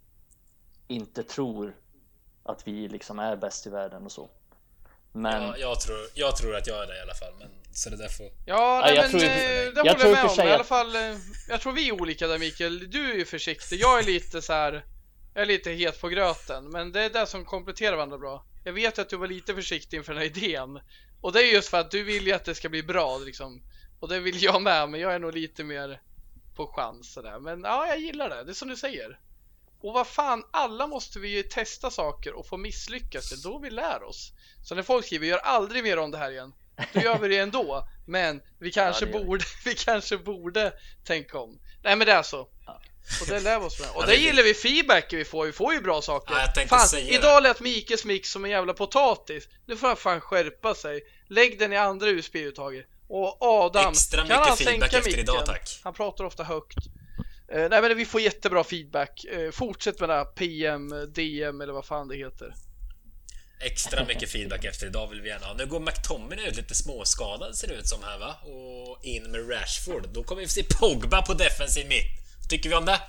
inte tror att vi liksom är bäst i världen och så. Men jag tror att jag är det i alla fall, men så det där får... Ja, nej, jag tror med om. I alla fall, jag tror vi är olika där, Mikael. Du är ju försiktig. Jag är lite så här, jag är lite het på gröten, men det är det som kompletterar varandra bra. Jag vet att du var lite försiktig inför den här idén. Och det är just för att du vill ju att det ska bli bra liksom. Och det vill jag med, men jag är nog lite mer på chans sådär. Men ja, jag gillar det. Det är som du säger. Och vad fan, alla måste vi ju testa saker och få misslyckas. Det är då vi lär oss. Så när folk skriver, gör aldrig mer om det här igen, då gör vi det ändå. Men vi kanske borde tänka om. Nej, men det är så. Och det lär vi oss med. Och det gillar vi, feedback vi får ju bra saker. Fan, idag lät Mikes mix som en jävla potatis. Nu får han fan skärpa sig. Lägg den i andra USB-uttaget. Och Adam, extra kan han mycket feedback efter idag, tack. Han pratar ofta högt. Nej, men vi får jättebra feedback. Fortsätt med det här PM, DM eller vad fan det heter. Extra mycket feedback efter idag vill vi gärna ha. Nu går McTominay ut lite småskadad, ser det ut som här, va? Och in med Rashford. Då kommer vi få se Pogba på defensiv mitt. Tycker vi om det?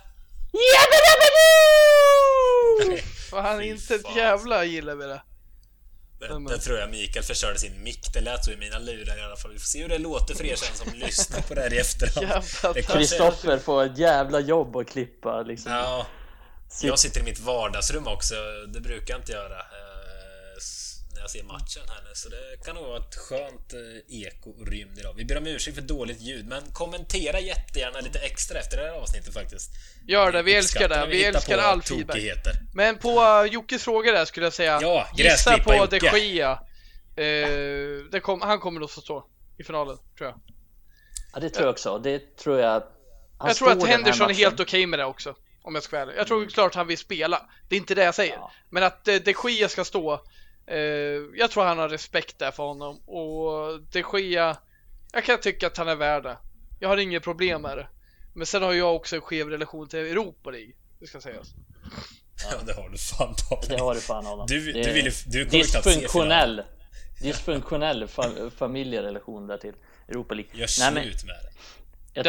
Var han inte ett jävla gillar med det? Det tror jag Mikael förstörde sin mick. Det lät så i mina lurar i alla fall. Vi får se hur det låter för er sen som lyssnar på det här i efterhand. Kristoffer får ett jävla jobb att klippa liksom. Ja, jag sitter i mitt vardagsrum också. Det brukar jag inte göra när jag ser matchen här nu. Så det kan nog vara ett skönt eko och rymd idag. Vi ber om ursäkt för dåligt ljud, men kommentera jättegärna lite extra efter det här avsnittet faktiskt. Gör det, vi älskar det. Vi älskar all feedback. Men på Jockes fråga där skulle jag säga, gissa på De Gea. Han kommer nog få stå i finalen, tror jag. Ja, det tror jag också. Det tror jag. Jag tror att Henderson är helt okej med det också, om jag ska vara ärlig. Jag tror klart han vill spela. Det är inte det jag säger. Ja. Men att De Gea ska stå, jag tror han har respekt där för honom. Och De Gea, jag kan tycka att han är värd det. Jag har inget problem med det. Men sen har jag också en skev relation till Europa League, det ska sägas. Ja, det har du fan på. Det har du fan Adam. Du dysfunktionell familjerelation där till Europa League. Gör slut med det. Jag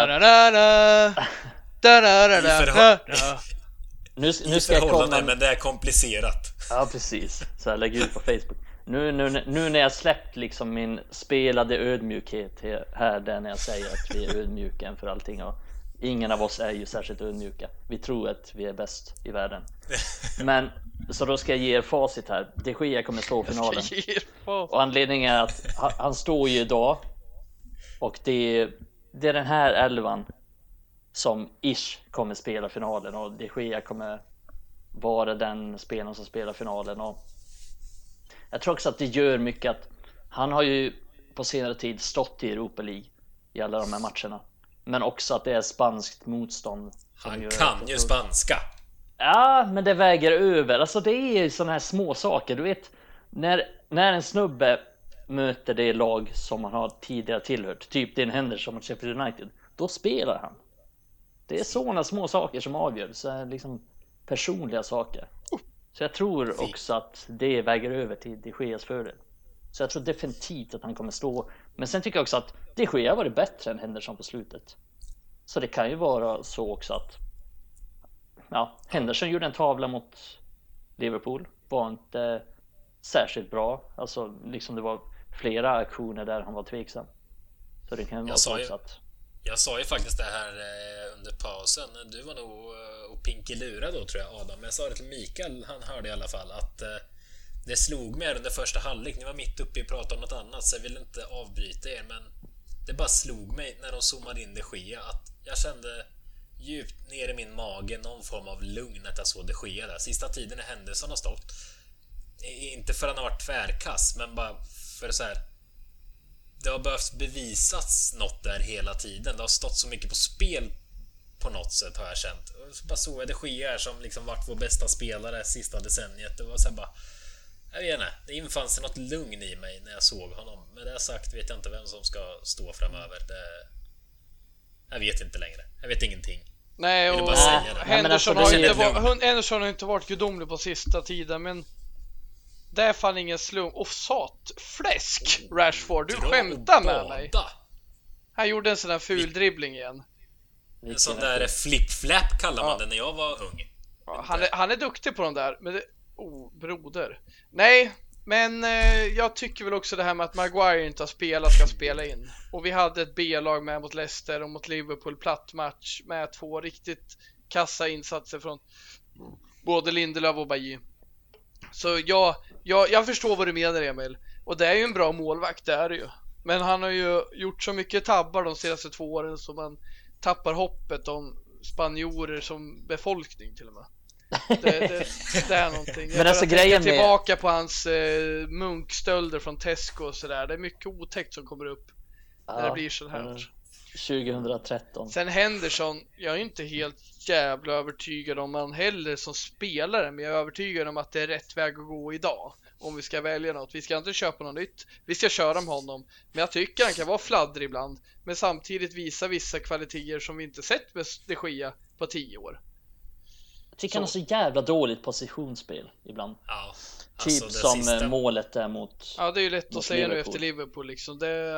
Nu ska jag komma, men det är komplicerat. Ja, precis. Så jag lägger ut på Facebook. Nu när jag släppt liksom min spelade ödmjukhet här, där när jag säger att vi är ödmjuka inför allting, och ingen av oss är ju särskilt ödmjuka. Vi tror att vi är bäst i världen. Men så då ska jag ge er facit här. De Gea kommer stå i finalen. Och anledningen är att han står ju idag. Och det är den här elvan som ish kommer spela finalen. Och De Gea kommer vara den spelaren som spelar finalen. Och jag tror också att det gör mycket att han har ju på senare tid stått i Europa League i alla de här matcherna. Men också att det är spanskt motstånd. Han kan ju spanska. Ja, men det väger över. Alltså det är ju såna här små saker. Du vet, när en snubbe möter det lag som han har tidigare tillhört, typ Dean Henderson mot Sheffield United, då spelar han. Det är såna små saker som avgör. Så här liksom personliga saker. Så jag tror också att det väger över till De Geas fördel. Så jag tror definitivt att han kommer stå. Men sen tycker jag också att De Gea var det bättre än Henderson på slutet. Så det kan ju vara så också att Henderson gjorde en tavla mot Liverpool. Var inte särskilt bra. Alltså liksom det var flera aktioner där han var tveksam. Så det kan vara så också att... Jag sa ju faktiskt det här under pausen. Du var nog och pinkelura då, tror jag, Adam. Men jag sa det till Mikael, han hörde i alla fall att det slog mig under första halvlek. Ni var mitt uppe i att prata om något annat, så jag vill inte avbryta er, men det bara slog mig när de zoomade in De Gea att jag kände djupt ner i min mage någon form av lugn att jag såg De Gea där. Sista tiden när Henderson har stått, inte för att han har varit tvärkass, men bara för så här, det har behövt bevisats något där hela tiden. Det har stått så mycket på spel på något sätt, har jag känt. Och så bara såg jag De Gea som liksom varit vår bästa spelare sista decenniet. Det var så här bara, jag vet inte, det infann sig något lugn i mig när jag såg honom. Men det sagt vet jag inte vem som ska stå framöver. Jag vet inte längre. Jag vet ingenting. Nej, och Henderson har inte varit gudomlig på sista tiden, men det är fan ingen slum. Och fläsk, Rashford, du skämtar med mig. Han gjorde en sån där ful dribbling igen. En sån där flip-flap kallar man det när jag var ung. Ja, han är duktig på de där. Men det... broder. Nej, men jag tycker väl också det här med att Maguire inte har spelat ska spela in. Och vi hade ett B-lag med mot Leicester och mot Liverpool, platt match med 2 riktigt kassa insatser från både Lindelöf och Bailly. Så jag förstår vad du menar, Emil. Och det är ju en bra målvakt, det är det ju. Men han har ju gjort så mycket tabbar de senaste 2 åren så man tappar hoppet om spanjorer som befolkning till och med. Det är någonting. Jag alltså grejen tillbaka på hans munkstölder från Tesco och sådär. Det är mycket otäckt som kommer upp när det blir så här. 2013. Sen Henderson, jag är inte helt jävla övertygad om han heller som spelare, men jag är övertygad om att det är rätt väg att gå idag. Om vi ska välja något. Vi ska inte köpa något nytt. Vi ska köra med honom. Men jag tycker han kan vara fladdrig ibland. Men samtidigt visa vissa kvaliteter som vi inte sett med De Gea på 10 år. Jag tycker han har så jävla dåligt positionsspel ibland. Ja, Typ det som sista... målet är mot... Ja, det är ju lätt att säga Liverpool. nu efter Liverpool liksom.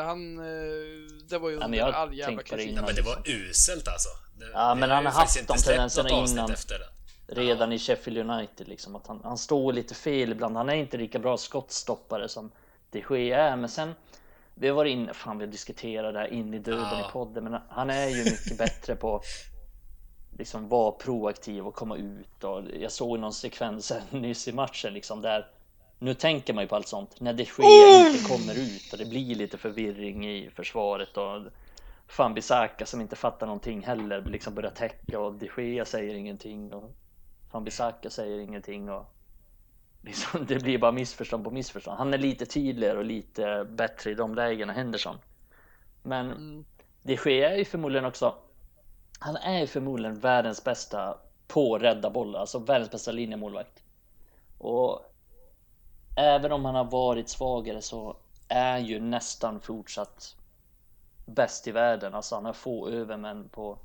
Det var ju Ja, men under jag all jävla tänkte på det kritik. innan. Men det var uselt alltså. Ja, men han har haft de tendenserna innan. Efter det. Redan i Sheffield United liksom, att han står lite fel ibland. Han är inte lika bra skottstoppare som de Gea är, men sen vi var inne, fan vi diskuterade det här in i döden i podden, men han är ju mycket bättre på liksom vara proaktiv och komma ut, och jag såg någon sekvens nyss i matchen liksom där, nu tänker man ju på allt sånt när de Gea inte kommer ut och det blir lite förvirring i försvaret och fan Bissaka som inte fattar någonting heller liksom börjar täcka och de Gea säger ingenting och fan Bissaka säger ingenting och liksom, det blir bara missförstånd på missförstånd. Han är lite tydligare och lite bättre i de lägena, Henderson. Men de Gea är ju förmodligen också, han är ju förmodligen världens bästa på rädda bollar, alltså världens bästa linjemålvakt. Och även om han har varit svagare så är ju nästan fortsatt bäst i världen. Alltså han har få övermän på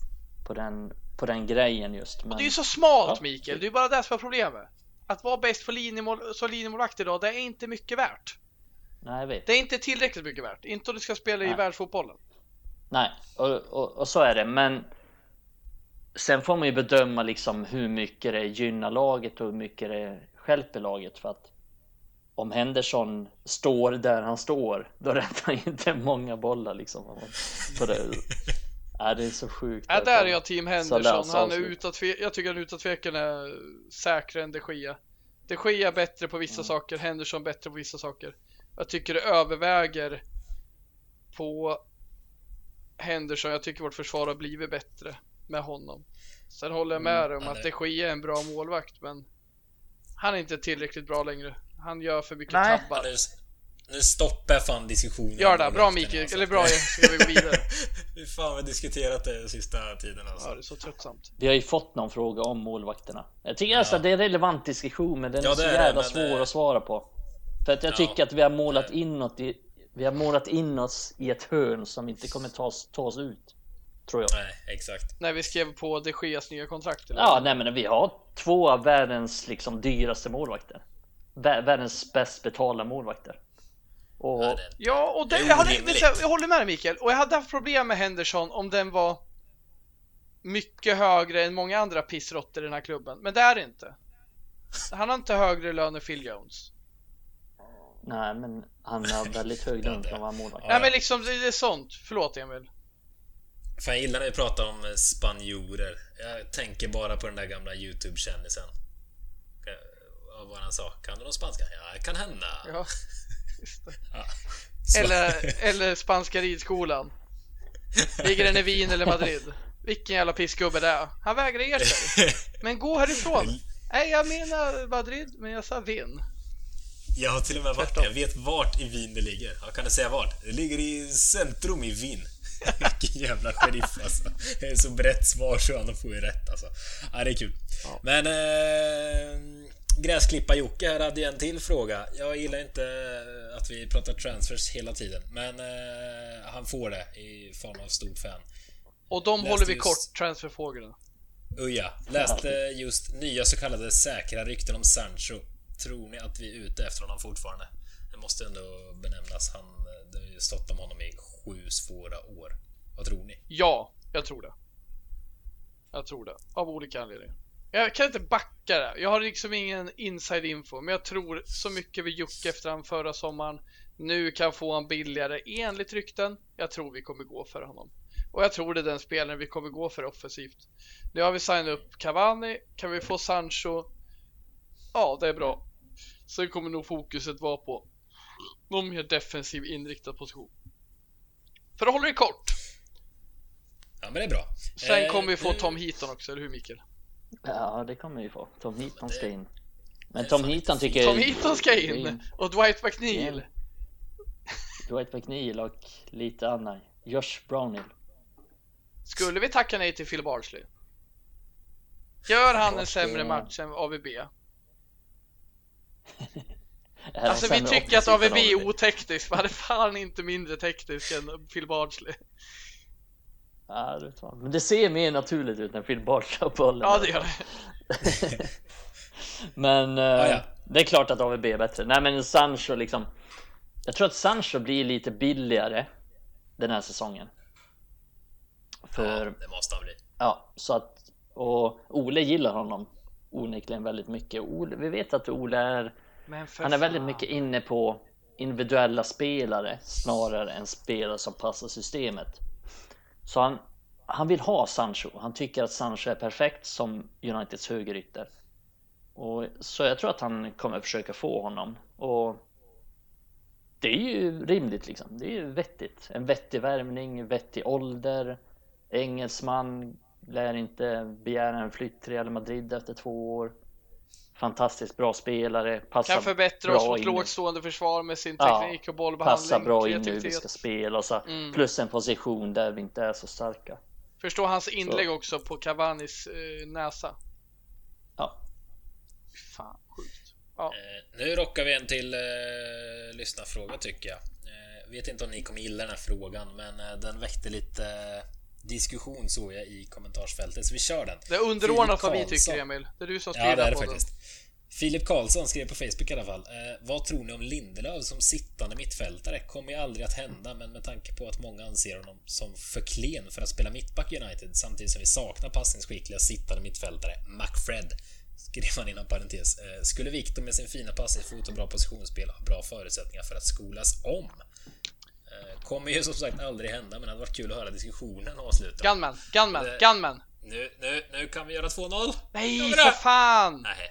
den grejen just. Men... Och det är ju så smalt, Mikael. Det är ju bara det som är problemet. Att vara bäst på linjemålvakt idag, det är inte mycket värt. Nej, jag vet. Det är inte tillräckligt mycket värt. Inte om du ska spela i världsfotbollen. Nej, och så är det. Men sen får man ju bedöma liksom hur mycket det gynnar laget och hur mycket det stjälper laget. För att om Henderson står där han står, då räddar han inte många bollar liksom. Så det är så sjukt. Ja, där är jag team Henderson. Han är jag tycker han utan tvekan är säkrare än de Gea. De Gea bättre på vissa saker, Henderson bättre på vissa saker. Jag tycker det överväger på Henderson. Jag tycker vårt försvar har blivit bättre med honom. Sen håller jag med om att de Gea är en bra målvakt, men han är inte tillräckligt bra längre. Han gör för mycket tabbar. Nu stoppar fan diskussionen. Gör det, bra Mikael, alltså. Eller bra, ska vi gå vidare. Vi fan har diskuterat det den sista tiden alltså. Ja, det är så tröttsamt. Vi har ju fått någon fråga om målvakterna. Jag tycker alltså att det är en relevant diskussion, men den är så jävla svår att svara på. För att jag tycker att vi har målat in oss i ett hörn som inte kommer ta oss ut, tror jag. Nej, exakt. När vi skrev på de Geas nya kontrakt eller? Ja, nej men vi har två av världens liksom dyraste målvakter. Världens bäst betalda målvakter. Och ja, jag håller med dig, Mikael. Och jag hade haft problem med Henderson om den var mycket högre än många andra pissrotter i den här klubben. Men det är det inte. Han har inte högre lön än Phil Jones. Nej, men han har väldigt hög lön för att vara målvakt. Nej, men liksom det är sånt. Förlåt, Emil. Fan, jag gillar när vi pratar om spanjorer. Jag tänker bara på den där gamla YouTube-kändisen. Vad var han sa? Kan du någon spanska? Ja, det kan hända. Ja, just det. Ja. Eller spanska ridskolan. Ligger den i Wien eller Madrid? Vilken jävla pissgubbe det är. Han vägrar ge sig. Men gå härifrån. Nej, jag menar Madrid, men jag sa Wien. Jag har till och med varit där. Jag vet vart i Wien det ligger. Jag kan säga vart. Det ligger i centrum i Wien. Vilken jävla sheriff alltså. Det är så brett svar så han får ju rätt alltså. Ja, det är kul. Ja. Men Gräsklippa Jocke här hade en till fråga. Jag gillar inte att vi pratar transfers hela tiden, men han får det i form av stort fan. Och de håller vi kort, transferfrågorna. Ja, läste just nya så kallade säkra rykten om Sancho. Tror ni att vi är ute efter honom fortfarande? Det måste ändå benämnas. Det har ju stått om honom i 7 svåra år. Vad tror ni? Ja, jag tror det. Jag tror det, av olika anledningar. Jag kan inte backa det. Jag har liksom ingen inside info, men jag tror så mycket vi Jocke efter han förra sommaren nu kan få han billigare enligt rykten. Jag tror vi kommer gå för honom. Och jag tror det är den spelaren vi kommer gå för offensivt. Nu har vi signat upp Cavani. Kan vi få Sancho? Ja, det är bra. Sen kommer nog fokuset vara på någon mer defensiv inriktad position. För att hålla det kort. Ja, men det är bra. Sen kommer vi få Tom Heaton också, eller hur Mikael? Ja, det kommer vi få. Tom Heaton ska in. Men Tom Heaton tycker Tom Heaton ska in. Och Dwight McNeil. Dwight McNeil och lite annan. Josh Brownhill. Skulle vi tacka nej till Phil Bardsley? Gör han en sämre match än AVB? Alltså vi tycker att AVB är oteknisk. Men han är fan inte mindre teknisk än Phil Bardsley. Ja, det men det ser mer naturligt ut när Phil Bardsley har bollen. Ja, det gör det. Men ja. det är klart att AVB är bättre. Nej, men Sancho liksom, jag tror att Sancho blir lite billigare den här säsongen. För, Ja, det måste han bli. ja, så att, och Ole gillar honom onekligen väldigt mycket. Vi vet att Ole är, han är väldigt mycket inne på individuella spelare snarare än spelare som passar systemet. Så han vill ha Sancho. Han tycker att Sancho är perfekt som Uniteds högerytter. Och så jag tror att han kommer försöka få honom. Och det är ju rimligt liksom. Det är ju vettigt. En vettig värvning, vettig ålder. Engelsman lär inte begära en flytt till Real Madrid efter 2 år. Fantastiskt bra spelare. Kan förbättra oss mot lågstående försvar med sin teknik och bollbehandling. Passar bra in hur vi ska spela. Och så. Plus en position där vi inte är så starka. Förstå hans inlägg också på Cavanis näsa. Ja. Fan, sjukt. Ja. Nu rockar vi en till lyssnarfråga tycker jag. Vet inte om ni kommer gilla den här frågan, men den väckte lite diskussion såg jag i kommentarsfältet, så vi kör den. Det är underordnat vad vi tycker, Emil. Det är du som skriver ja, det är det på faktiskt. Filip Karlsson skrev på Facebook i alla fall. Vad tror ni om Lindelöf som sittande mittfältare? Kommer ju aldrig att hända, men med tanke på att många anser honom som för klen för att spela mittback i United, samtidigt som vi saknar passningsskickliga sittande mittfältare, McFred, skrev han inom parentes. Skulle Victor med sin fina passningsfot och bra positionsspel ha bra förutsättningar för att skolas om? Kommer ju som sagt aldrig hända, men det hade varit kul att höra diskussionen avsluta. Gunman. Nu kan vi göra 2-0. Nej, för fan! Nej.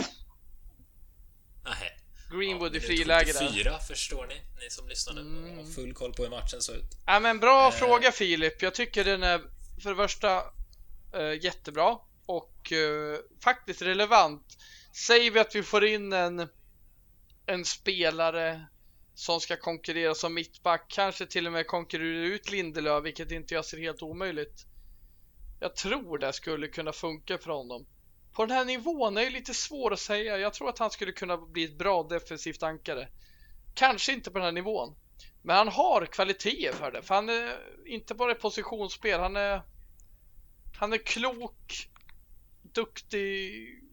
Nej. Greenwood i friläge där. 4, förstår ni som lyssnar nu har full koll på hur matchen såg ut. Ja, men bra fråga Filip. Jag tycker den är för det första jättebra och faktiskt relevant. Säger vi att vi får in en spelare som ska konkurrera som mittback, kanske till och med konkurrera ut Lindelöf, vilket inte jag ser helt omöjligt. Jag tror det skulle kunna funka för honom. På den här nivån är det lite svår att säga. Jag tror att han skulle kunna bli ett bra defensivt ankare. Kanske inte på den här nivån, men han har kvaliteter för det. För han är inte bara ett positionsspel. Han är klok, duktig,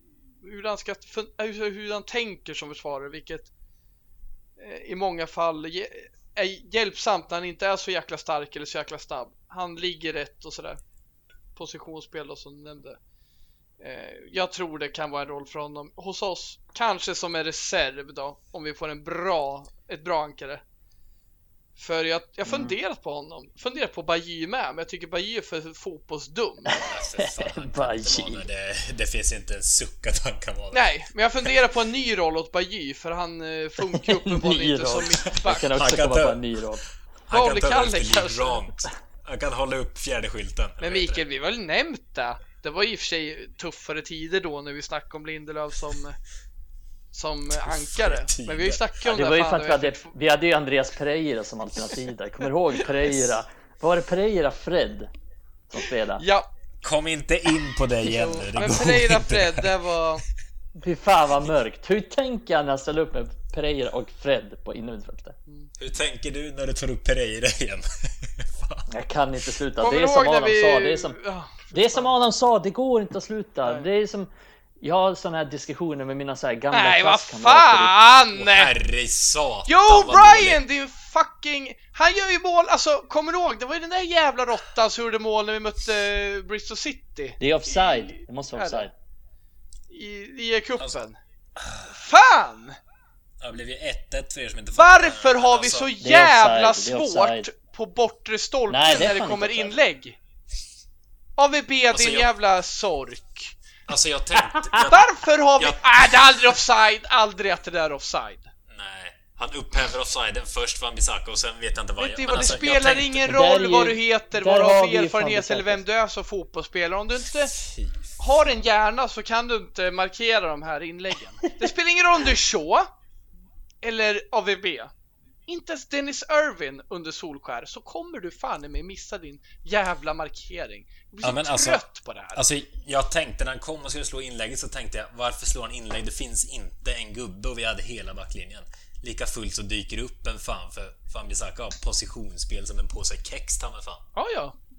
hur han tänker som försvarare, vilket i många fall är hjälpsamt när han inte är så jäkla stark eller så jäkla snabb. Han ligger rätt och sådär. Positionsspel då, som du nämnde. Jag tror det kan vara en roll för honom hos oss. Kanske som en reserv då, om vi får ett bra ankare. För jag funderat på honom. Funderat på Bajy med, men jag tycker Bajy är för fotbollsdum. Det finns inte en suck att han kan vara det. Nej, men jag funderar på en ny roll åt Bajy, för han funkar uppenbarligen inte som mittback. Han kan också komma på en ny roll. Han kan ta Han kan hålla upp fjärde skylten. Men Mikael, vi har väl nämnt det. Det var i och för sig tuffare tider då när vi snackade om Lindelöf som ankare. Men vi har ju snackat om det var ju för att vi hade ju Andreas Pereira som alternativ där. Kommer du ihåg Pereira? Var det Pereira Fred som spelade? Ja. Kom inte in på det igen. Men Pereira Fred, det var... Fy fan vad mörkt. Hur tänker han när han ställer upp med Pereira och Fred på innermittfältet? Hur tänker du när du tar upp Pereira igen? Jag kan inte sluta. Det är som Adam sa. Det är som Adam sa, det går inte att sluta. Nej. Det är som... Jag har såna här diskussioner med mina så här gamla klasskamrater. Nej, vad fan! Herre satan. Jo, Brian, det är ju fucking... Han gör ju mål, alltså, kommer du ihåg? Det var ju den där jävla råttan som gjorde mål när vi mötte Bristol City. Det är offside, det måste vara offside. I cupen. Alltså, fan! Det blev ju 1-1 för er som inte... Varför har vi så jävla svårt på bortre stolpen när det kommer inlägg? AVB, alltså, din jävla sork. Alltså jag tänkte... Varför har vi... det är aldrig offside. Aldrig att det där är offside. Nej, han upphäver offsiden först för Ambisaka och sen vet jag inte vad jag... Men alltså, det spelar ingen roll vad du heter, vad du har för erfarenhet eller vem du är som fotbollsspelare. Om du inte har en hjärna så kan du inte markera de här inläggen. Det spelar ingen roll om du är Shaw eller AVB. Inte ens Dennis Irvin under Solskär, så kommer du fan med missa din jävla markering. Jag blir så trött på det här. Alltså, jag tänkte när han kom och skulle slå inlägget så tänkte jag, varför slår han inlägg? Det finns inte en gubbe och vi hade hela backlinjen. Lika fullt så dyker upp en fan för Wan-Bissaka har positionsspel som en påse kex, ta med fan. Ja.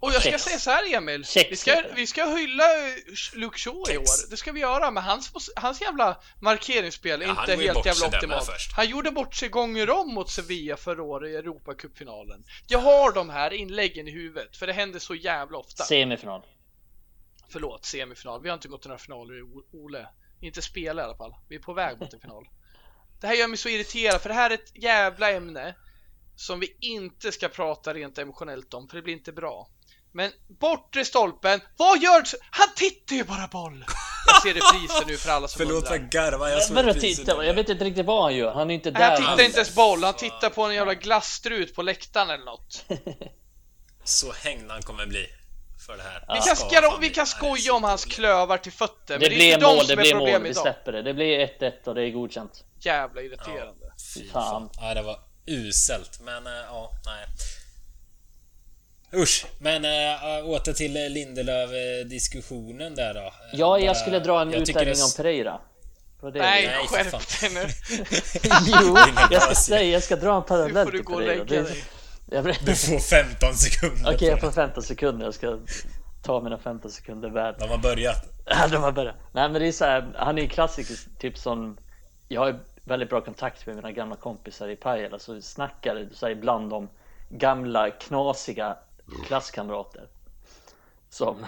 Och jag ska säga så här, Emil. Vi ska hylla Luke Shaw i år. Det ska vi göra, men hans jävla markeringsspel är inte helt jävla optimalt. Han gjorde bort sig gånger om mot Sevilla förra året i Europacupfinalen. Jag har de här inläggen i huvudet, för det händer så jävla ofta. Semifinal. Förlåt, semifinal. Vi har inte gått till några finaler, Ole. Inte spela i alla fall. Vi är på väg mot en final. Det här gör mig så irriterad, för det här är ett jävla ämne som vi inte ska prata rent emotionellt om, för det blir inte bra. Men bortre stolpen, vad gör du? Han tittar ju bara boll. Jag ser reprisen nu för alla som undrar. Förlåt, vad garvar jag som reprisen. Jag vet inte riktigt vad han gör. Han är inte där. Han tittar inte ens boll. Han tittar på en jävla glasstrut på läktaren eller något. Så hängd han kommer bli för det här. Vi kan skoja om hans klövar till fötter. Det blir mål, det blir mål. Vi släpper det. Det blir 1-1 och det är godkänt. Jävla irriterande. Fy fan. Ja, det var uselt. Men ja, nej. Usch, men åter till Lindelöf-diskussionen där då. Ja, jag skulle dra en utläggning om Pereira. Nej, skärp dig nu. Jo, jag ska dra en parallell till Pereira. Du får 15 sekunder. Okej, jag får 15 sekunder. Jag ska ta mina 15 sekunder värd. De har börjat. Nej, men det är så här, han är en klassiker typ som... Jag har väldigt bra kontakt med mina gamla kompisar i Pajala, så vi snackar så här, ibland om gamla knasiga klasskamrater som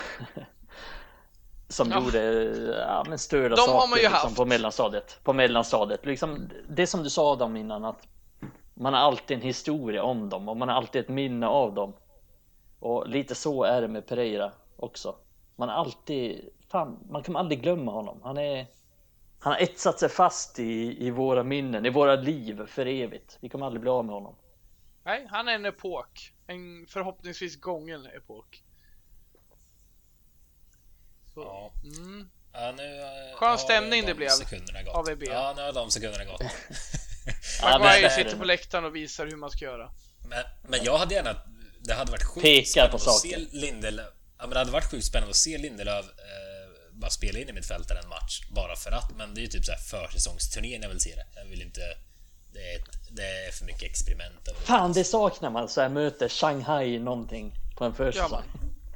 gjorde men störda saker liksom, på mellanstadiet liksom, det som du sa dem innan, att man har alltid en historia om dem och man har alltid ett minne av dem, och lite så är det med Pereira också. Man kan aldrig glömma honom. Han har etsat sig fast i våra minnen, i våra liv för evigt. Vi kommer aldrig bli av med honom. Nej, han är en epok. En förhoppningsvis gången epok. Så. Ja. Ja, nu skön stämning det blev av EB. Ja, nu har de sekunderna gått. Maguire sitter på läktaren och visar hur man ska göra. Men jag hade gärna... Det hade varit sjukt spännande att se Lindelöf. Ja, men det hade varit sjukt spännande att se Lindelöf bara spela in i mittfältet en match bara för att, men det är ju typ så här försäsongsturnén jag vill se det. Jag vill inte... Det är för mycket experiment. Fan, det saknar man, så här möter Shanghai någonting på en försäsong.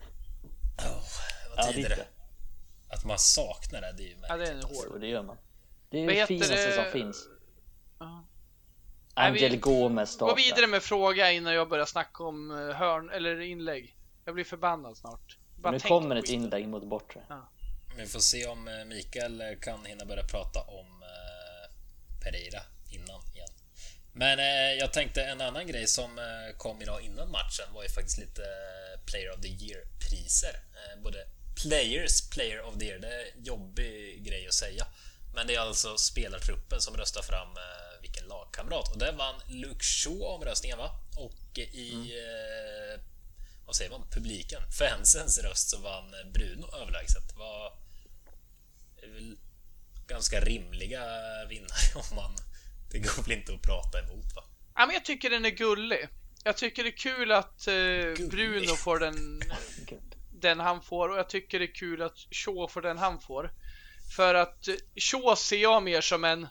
Vad tider det? Att man saknar det, det är ju märkligt. Ja, det är en hård. Det gör man. Det är det finaste som finns. Angel Gomes startar. Gå vidare med fråga innan jag börjar snacka om hörn eller inlägg. Jag blir förbannad snart. Nu kommer ett inlägg mot bortre. Vi får se om Mikael kan hinna börja prata om Pereira innan igen. Men jag tänkte en annan grej som kom idag innan matchen var ju faktiskt lite Player of the Year-priser. Både Player of the Year, det är en jobbig grej att säga. Men det är alltså spelartruppen som röstar fram vilken lagkamrat. Och där vann Luke Shaw omröstningen, va? Och i vad säger man? Publiken, fansens röst, så vann Bruno överlägset. Det är väl ganska rimliga vinnare om man... Det går väl inte att prata emot, va? Ja, men jag tycker den är gullig. Jag tycker det är kul att Bruno får den han får, och jag tycker det är kul att Shaw får den han får. För att Shaw ser jag mer som en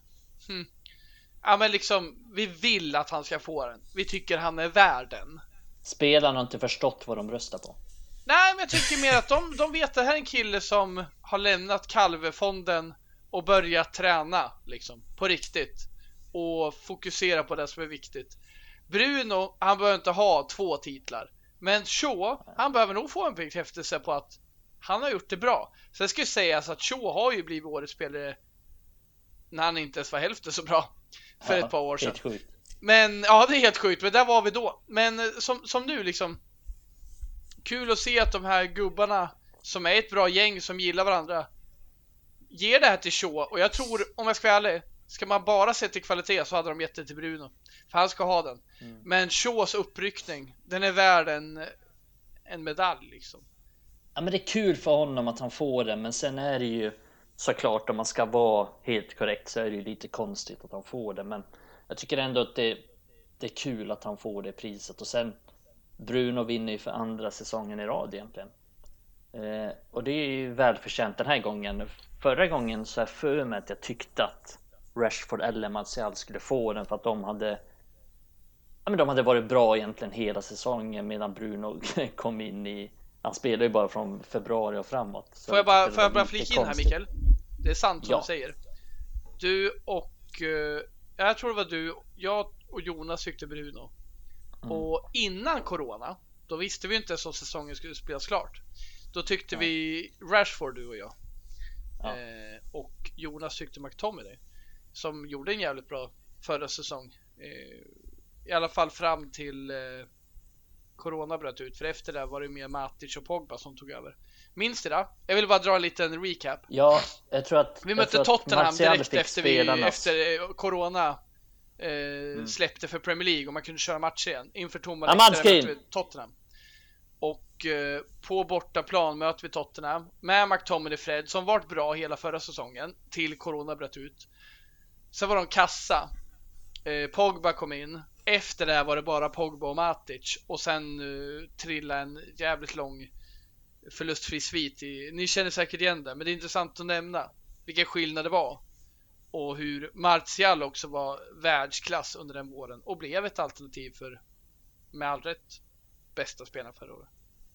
ja, men liksom, vi vill att han ska få den. Vi tycker han är värd den. Spelarna har inte förstått vad de röstar på. Nej, men jag tycker mer att de vet att det här är en kille som har lämnat Calvefonden och börjat träna liksom, på riktigt. Och fokusera på det som är viktigt. Bruno, han behöver inte ha 2 titlar. Men Shaw, han behöver nog få en bekräftelse på att han har gjort det bra. Sen ska jag säga att Shaw har ju blivit årets spelare när han inte ens var hälften så bra för ett par år sedan. Sjukt. Men ja, det är helt sjukt, men där var vi då. Men som nu liksom, kul att se att de här gubbarna som är ett bra gäng som gillar varandra ger det här till Shaw. Och jag tror, om jag ska vara ärlig, ska man bara se till kvalitet så hade de gett det till Bruno. För han ska ha den. Men Shaws uppryckning, den är värd en medalj liksom. Ja, men det är kul för honom att han får den. Men sen är det ju såklart, om man ska vara helt korrekt, så är det ju lite konstigt att han får det. Men jag tycker ändå att det är kul att han får det priset. Och sen Bruno vinner ju för andra säsongen i rad egentligen. Och det är ju välförtjänt den här gången. Förra gången så är för mig att jag tyckte att Rashford eller Martial skulle få den för att de hade Ja, men de hade varit bra egentligen hela säsongen medan Bruno kom in i... Han spelade ju bara från februari och framåt. Så Får jag bara flika in här, Mikael? Det är sant som Ja. du säger. Du och... jag tror det var du, jag och Jonas tyckte Bruno. Och innan corona, då visste vi inte ens om säsongen skulle spelas klart. Då tyckte vi Rashford, du och jag. Ja. Och Jonas tyckte McTominay, som gjorde en jävligt bra förra säsong. I alla fall fram till corona bröt ut. För efter det var det mer Matic och Pogba som tog över. Minns du det? Jag vill bara dra en liten recap. Ja, jag tror att... Vi mötte Tottenham direkt efter efter corona släppte för Premier League och man kunde köra match igen. Inför tomma läktare mötte vi Tottenham. Och på bortaplan möter vi Tottenham med McTominay, Fred, som varit bra hela förra säsongen till corona bröt ut. Sen var de kassa. Pogba kom in. Efter det var det bara Pogba och Matic. Och sen trilla en jävligt lång förlustfri svit. Ni känner säkert igen det, men det är intressant att nämna vilken skillnad det var. Och hur Martial också var världsklass under den våren och blev ett alternativ för, med all rätt, bästa spelaren förra året.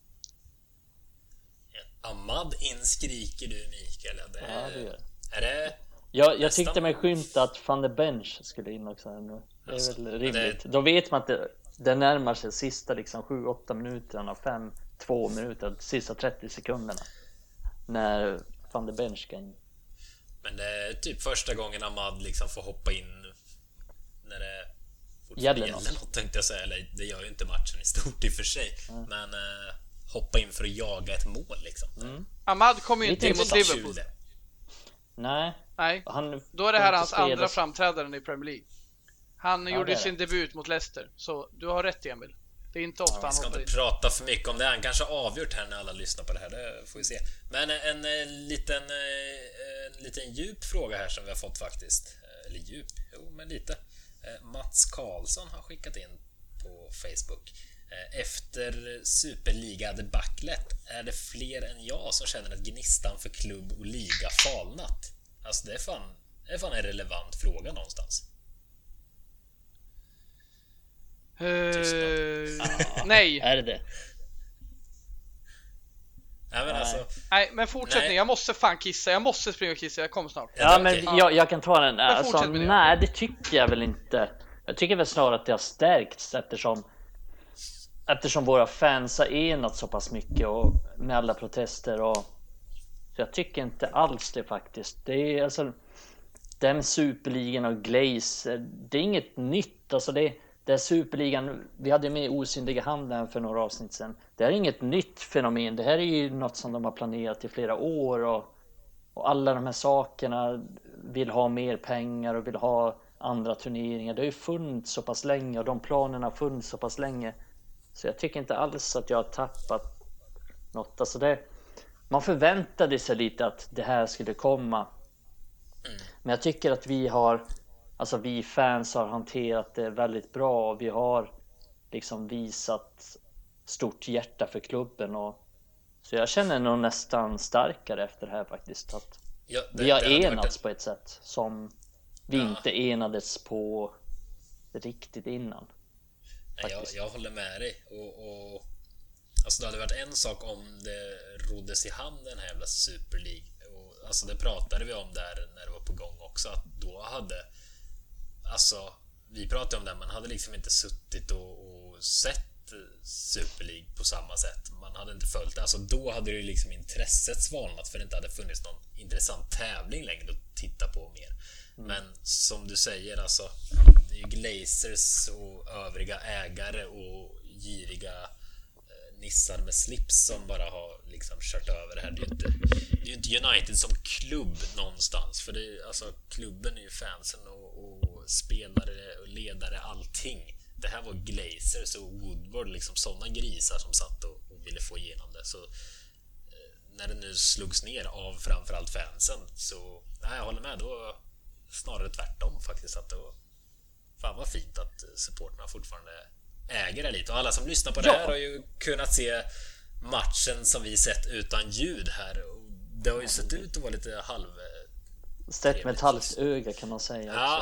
Ahmad inskriker du, Mikael. Ja, det gör. Är det... Jag tyckte mig skymta att Van de Bench skulle in också här nu. Det är Alltså, väl rimligt. Då vet man att det närmar sig sista liksom 7-8 minuterna, 5-2 minuter, sista 30 sekunderna. När Van de Bench ska in. Men det är typ första gången Ahmad liksom får hoppa in när det gäller något, tänkte jag säga. Eller det gör ju inte matchen i stort i och för sig. Men hoppa in för att jaga ett mål liksom. Ahmad kommer ju inte in mot Liverpool. Nej. Då är det här hans andra framträdande i Premier League. Han gjorde sin debut mot Leicester. Så du har rätt, Emil. Det är inte ofta han ska inte prata för mycket om det. Han kanske har avgjort här när alla lyssnar på det här. Det får vi se. Men en liten djup fråga här som vi har fått faktiskt. Eller djup? Jo, men lite. Mats Karlsson har skickat in på Facebook. Efter Superliga-debaclet är det fler än jag som känner att gnistan för klubb och liga falnat. Alltså det är fan en relevant fråga någonstans. Nej. Är det? Nej, men alltså, nej, men fortsättning. Jag måste fan kissa. Jag måste springa och kissa. Jag kommer snart. Ja, men jag kan ta den. Alltså, nej, det tycker jag väl inte. Jag tycker väl snarare att det har stärkts eftersom våra fans har enat så pass mycket och med alla protester och så jag tycker inte alls det faktiskt. Det är alltså den superligan och Glaze, det är inget nytt. Alltså det är superligan, vi hade med osynliga handen för några avsnitt sedan. Det här är inget nytt fenomen. Det här är ju något som de har planerat i flera år och alla de här sakerna vill ha mer pengar och vill ha andra turneringar. Det har ju funnits så pass länge och de planerna har funnits så pass länge. Så jag tycker inte alls att jag har tappat något. Alltså man förväntade sig lite att det här skulle komma. Men jag tycker att vi fans har hanterat det väldigt bra. Och vi har liksom visat stort hjärta för klubben. Så jag känner nog nästan starkare efter det här faktiskt. Att vi har enats på ett sätt som vi inte enades på riktigt innan. Jag håller med dig och alltså det hade varit en sak om det roddes i hamn den här jävla Super League och alltså det pratade vi om där när det var på gång också att då hade alltså vi pratade om det, man hade liksom inte suttit och sett Super League på samma sätt, man hade inte följt det, alltså då hade ju liksom intresset svalnat för det inte hade funnits någon intressant tävling längre att titta på mer. Men som du säger, alltså det är ju Glazers och övriga ägare och giriga nissar med slips som bara har liksom kört över det här. Det är ju inte United som klubb någonstans, för det, alltså klubben är ju fansen och spelare och ledare, allting. Det här var Glazers och Woodward, liksom sådana grisar som satt och ville få igenom det. Så när det nu slogs ner av framförallt fansen, så nej, jag håller med, då snarare tvärtom faktiskt, att det var fan vad fint att supporterna fortfarande äger det lite. Och alla som lyssnar på det här har ju kunnat se matchen som vi sett utan ljud här. Och det har ju sett ut att vara lite stött med ett halvt öga kan man säga. Ja, också.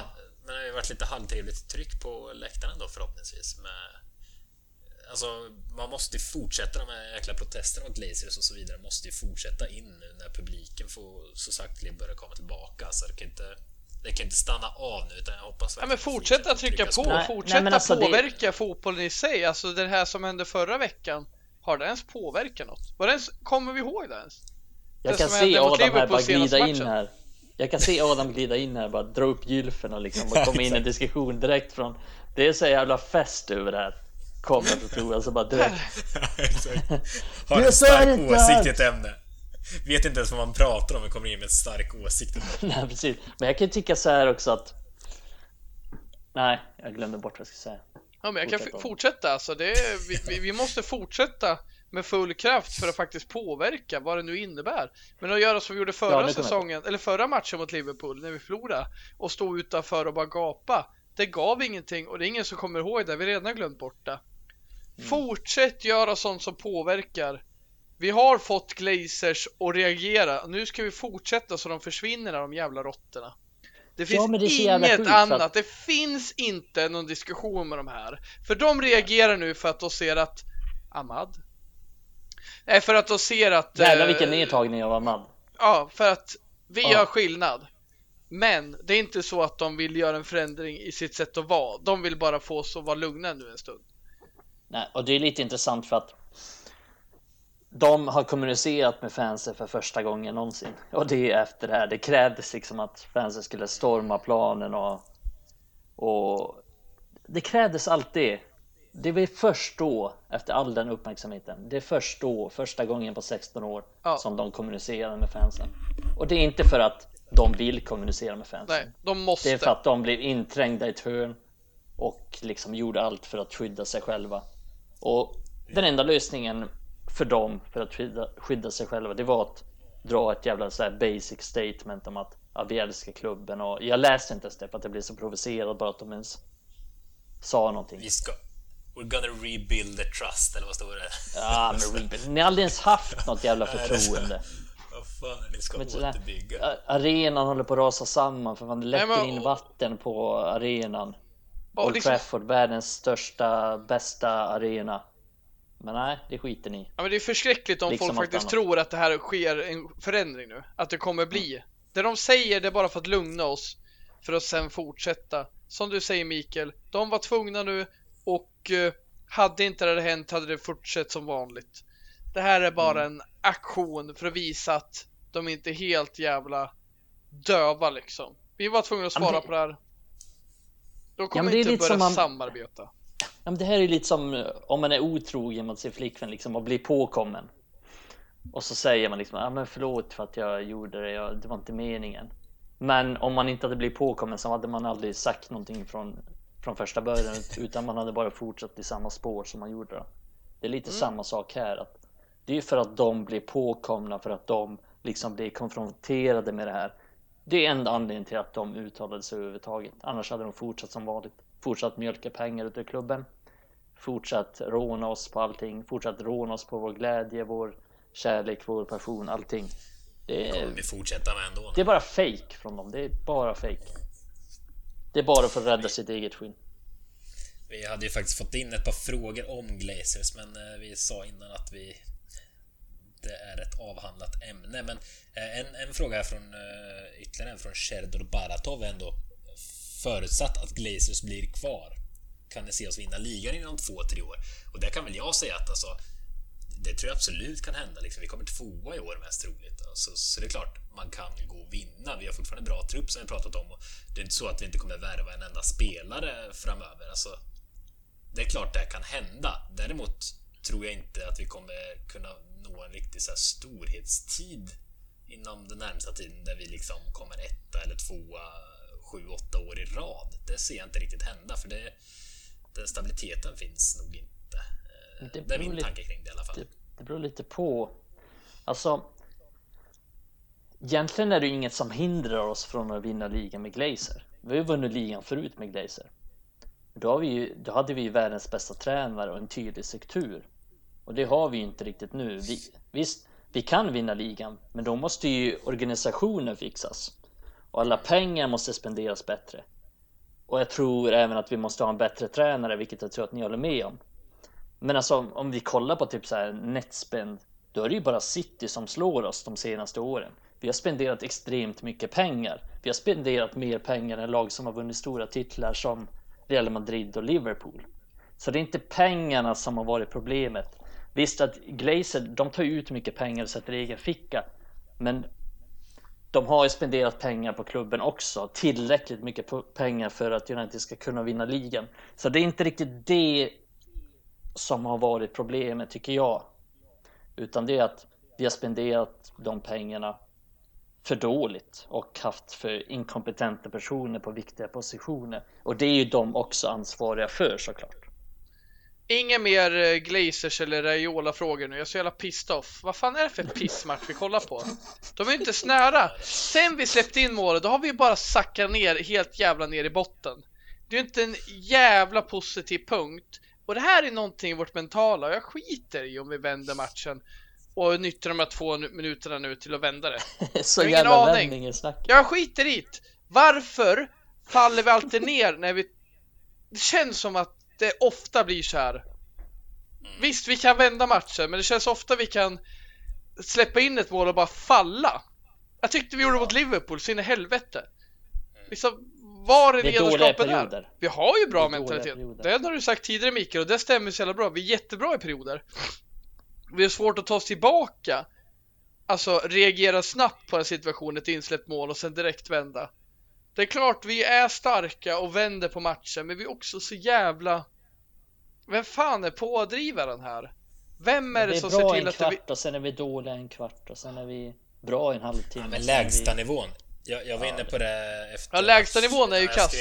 Men det har ju varit lite halvtrevligt tryck på läktaren då förhoppningsvis. Alltså, man måste ju fortsätta, de här jäkla protesterna mot Glazers och så vidare måste ju fortsätta in nu när publiken får så sakteliga börja komma tillbaka. Så det kan inte stanna av nu, utan jag hoppas men fortsätta trycka på, fortsätta alltså påverka fotbollen i sig. Alltså det här som hände förra veckan, har det ens påverkat något? Kommer vi ihåg det ens? Jag kan se Adam här bara glida in här. Jag kan se Adam glida in här, bara dra upp gylfen liksom, och komma in i en diskussion direkt från. Det är så jävla fest över det här. Kommer jag tro, alltså bara direkt. Har en stark åsikt i ett ämne. Vet inte ens vad man pratar om och kommer in med en stark åsikt. Nej, precis. Men jag kan tycka så här också att. Nej, jag glömde bort vad jag ska säga. Ja, men jag kan fortsätta. Alltså vi måste fortsätta med full kraft för att faktiskt påverka vad det nu innebär. Men att göra som vi gjorde förra säsongen, eller förra matchen mot Liverpool när vi förlorade, och stå utanför och bara gapa, det gav ingenting, och det är ingen som kommer ihåg det. Vi har redan glömt bort det. Fortsätt göra sånt som påverkar. Vi har fått Glazers att reagera. Nu ska vi fortsätta så de försvinner, de jävla råttorna. Det finns inget annat. Att. Det finns inte någon diskussion med de här. För de reagerar nu för att de ser att Ahmad. Nej, för att de ser att jävlar vilken nedtagning av Ahmad. Ja, för att vi gör skillnad. Men det är inte så att de vill göra en förändring i sitt sätt att vara. De vill bara få oss att vara lugna nu en stund. Nej, och det är lite intressant för att de har kommunicerat med fansen för första gången någonsin. Och det är efter det här. Det krävdes liksom att fansen skulle storma planen och det krävdes allt det. Det var först då, efter all den uppmärksamheten, det är först då, första gången på 16 år som de kommunicerar med fansen. Och det är inte för att de vill kommunicera med fansen. Nej, de måste. Det är för att de blev inträngda i ett hörn och liksom gjorde allt för att skydda sig själva. Och den enda lösningen för dem för att skydda sig själva, det var att dra ett jävla så här basic statement om att vi älskar klubben. Och jag läste inte ens det för att det blev så provocerad bara att de ens sa någonting. We're gonna rebuild the trust, eller vad står det? Ja, men rebuild. Ni har aldrig ens haft något jävla förtroende. Vad fan är ni ska återbygga? Arenan håller på att rasa samman för man läcker in vatten på arenan. Old Trafford, världens största, bästa arena. Men nej, det skiter ni. Ja, men det är förskräckligt om liksom folk faktiskt tror att det här sker en förändring nu. Att det kommer bli. Det de säger, det är bara för att lugna oss. För att sen fortsätta. Som du säger, Mikael, de var tvungna nu. Och hade inte det hänt hade det fortsatt som vanligt. Det här är bara en aktion för att visa att de inte är helt jävla döva liksom. Vi var tvungna att svara på det här. Då kommer inte börja samarbeta. Ja, men det här är lite som om man är otrogen mot sin flickvän liksom, och blir påkommen. Och så säger man liksom, men förlåt för att jag gjorde det, det var inte meningen. Men om man inte hade blivit påkommen så hade man aldrig sagt någonting från första början, utan man hade bara fortsatt i samma spår som man gjorde. Det är lite samma sak här. Att det är för att de blir påkomna, för att de liksom blir konfronterade med det här. Det är enda anledningen till att de uttalade sig överhuvudtaget. Annars hade de fortsatt som vanligt. Fortsatt mjölka pengar ut ur klubben. Fortsatt råna oss på allting. Fortsatt råna oss på vår glädje, vår kärlek, vår passion, allting. Det kommer vi fortsätta med ändå. Det är bara fake från dem. Det är bara fake. Det är bara för att rädda sitt eget skinn. Vi hade ju faktiskt fått in ett par frågor om Glazers, men vi sa innan att det är ett avhandlat ämne. Men en fråga här från ytterligare en från Sherdor Baratov ändå. Förutsatt att Glazers blir kvar, kan ni se oss vinna ligan inom 2-3 år? Och där kan väl jag säga att alltså, det tror jag absolut kan hända liksom. Vi kommer tvåa i år mest troligt alltså, så det är klart man kan gå och vinna. Vi har fortfarande bra trupp som vi pratat om, och det är inte så att vi inte kommer värva en enda spelare framöver alltså, det är klart det kan hända. Däremot tror jag inte att vi kommer kunna nå en riktig så här storhetstid inom den närmsta tiden där vi liksom kommer 1 eller 2 7-8 år i rad. Det ser jag inte riktigt hända, för den stabiliteten finns nog inte. Det är min tanke kring det i alla fall. Det beror lite på. Alltså, egentligen är det inget som hindrar oss från att vinna ligan med Glazer. Vi har vunnit ligan förut med Glazer. Då hade vi världens bästa tränare och en tydlig struktur. Och det har vi ju inte riktigt nu. Visst, vi kan vinna ligan, men då måste ju organisationen fixas. Och alla pengar måste spenderas bättre. Och jag tror även att vi måste ha en bättre tränare, vilket jag tror att ni håller med om. Men alltså om vi kollar på typ så här netspend, då är det ju bara City som slår oss de senaste åren. Vi har spenderat extremt mycket pengar. Vi har spenderat mer pengar än lag som har vunnit stora titlar som Real Madrid och Liverpool. Så det är inte pengarna som har varit problemet. Visst att Glazer, de tar ut mycket pengar och sätter i egen ficka. Men de har ju spenderat pengar på klubben också. Tillräckligt mycket pengar för att United ska kunna vinna ligan. Så det är inte riktigt det som har varit problemet, tycker jag. Utan det är att vi har spenderat de pengarna för dåligt och haft för inkompetenta personer på viktiga positioner. Och det är ju de också ansvariga för, såklart. Inga mer Glazers eller Raiola-frågor nu. Jag är så jävla pissed off. Vad fan är det för pissmatch vi kollar på? De är inte snära. Sen vi släppte in målet, då har vi bara sackat ner helt jävla ner i botten. Det är inte en jävla positiv punkt. Och det här är någonting i vårt mentala. Jag skiter i om vi vänder matchen och nyttjar de här 2 minuterna nu till att vända det. Så jävla vändning i snacket. Jag skiter i det. Varför faller vi alltid ner när vi... Det känns som att det ofta blir så här. Visst, vi kan vända matchen, men det känns ofta vi kan släppa in ett mål och bara falla. Jag tyckte vi gjorde mot Liverpool, så in i helvete. Liksom, var är ledarskapet där? Vi har ju bra mentalitet. Det har du sagt tidigare, Mikael, och det stämmer så jävla bra. Vi är jättebra i perioder. Vi har svårt att ta oss tillbaka. Alltså, reagera snabbt på en situation, ett insläppt mål och sen direkt vända. Det är klart vi är starka och vänder på matchen, men vi är också så jävla... Vem fan är pådrivaren här? Vem är det som ser till att vi... och sen är vi dåliga en kvart och sen är vi bra i en halvtimme. Ja, men lägsta nivån. Jag var inne på det efter... Ja, lägsta nivån är ju kass.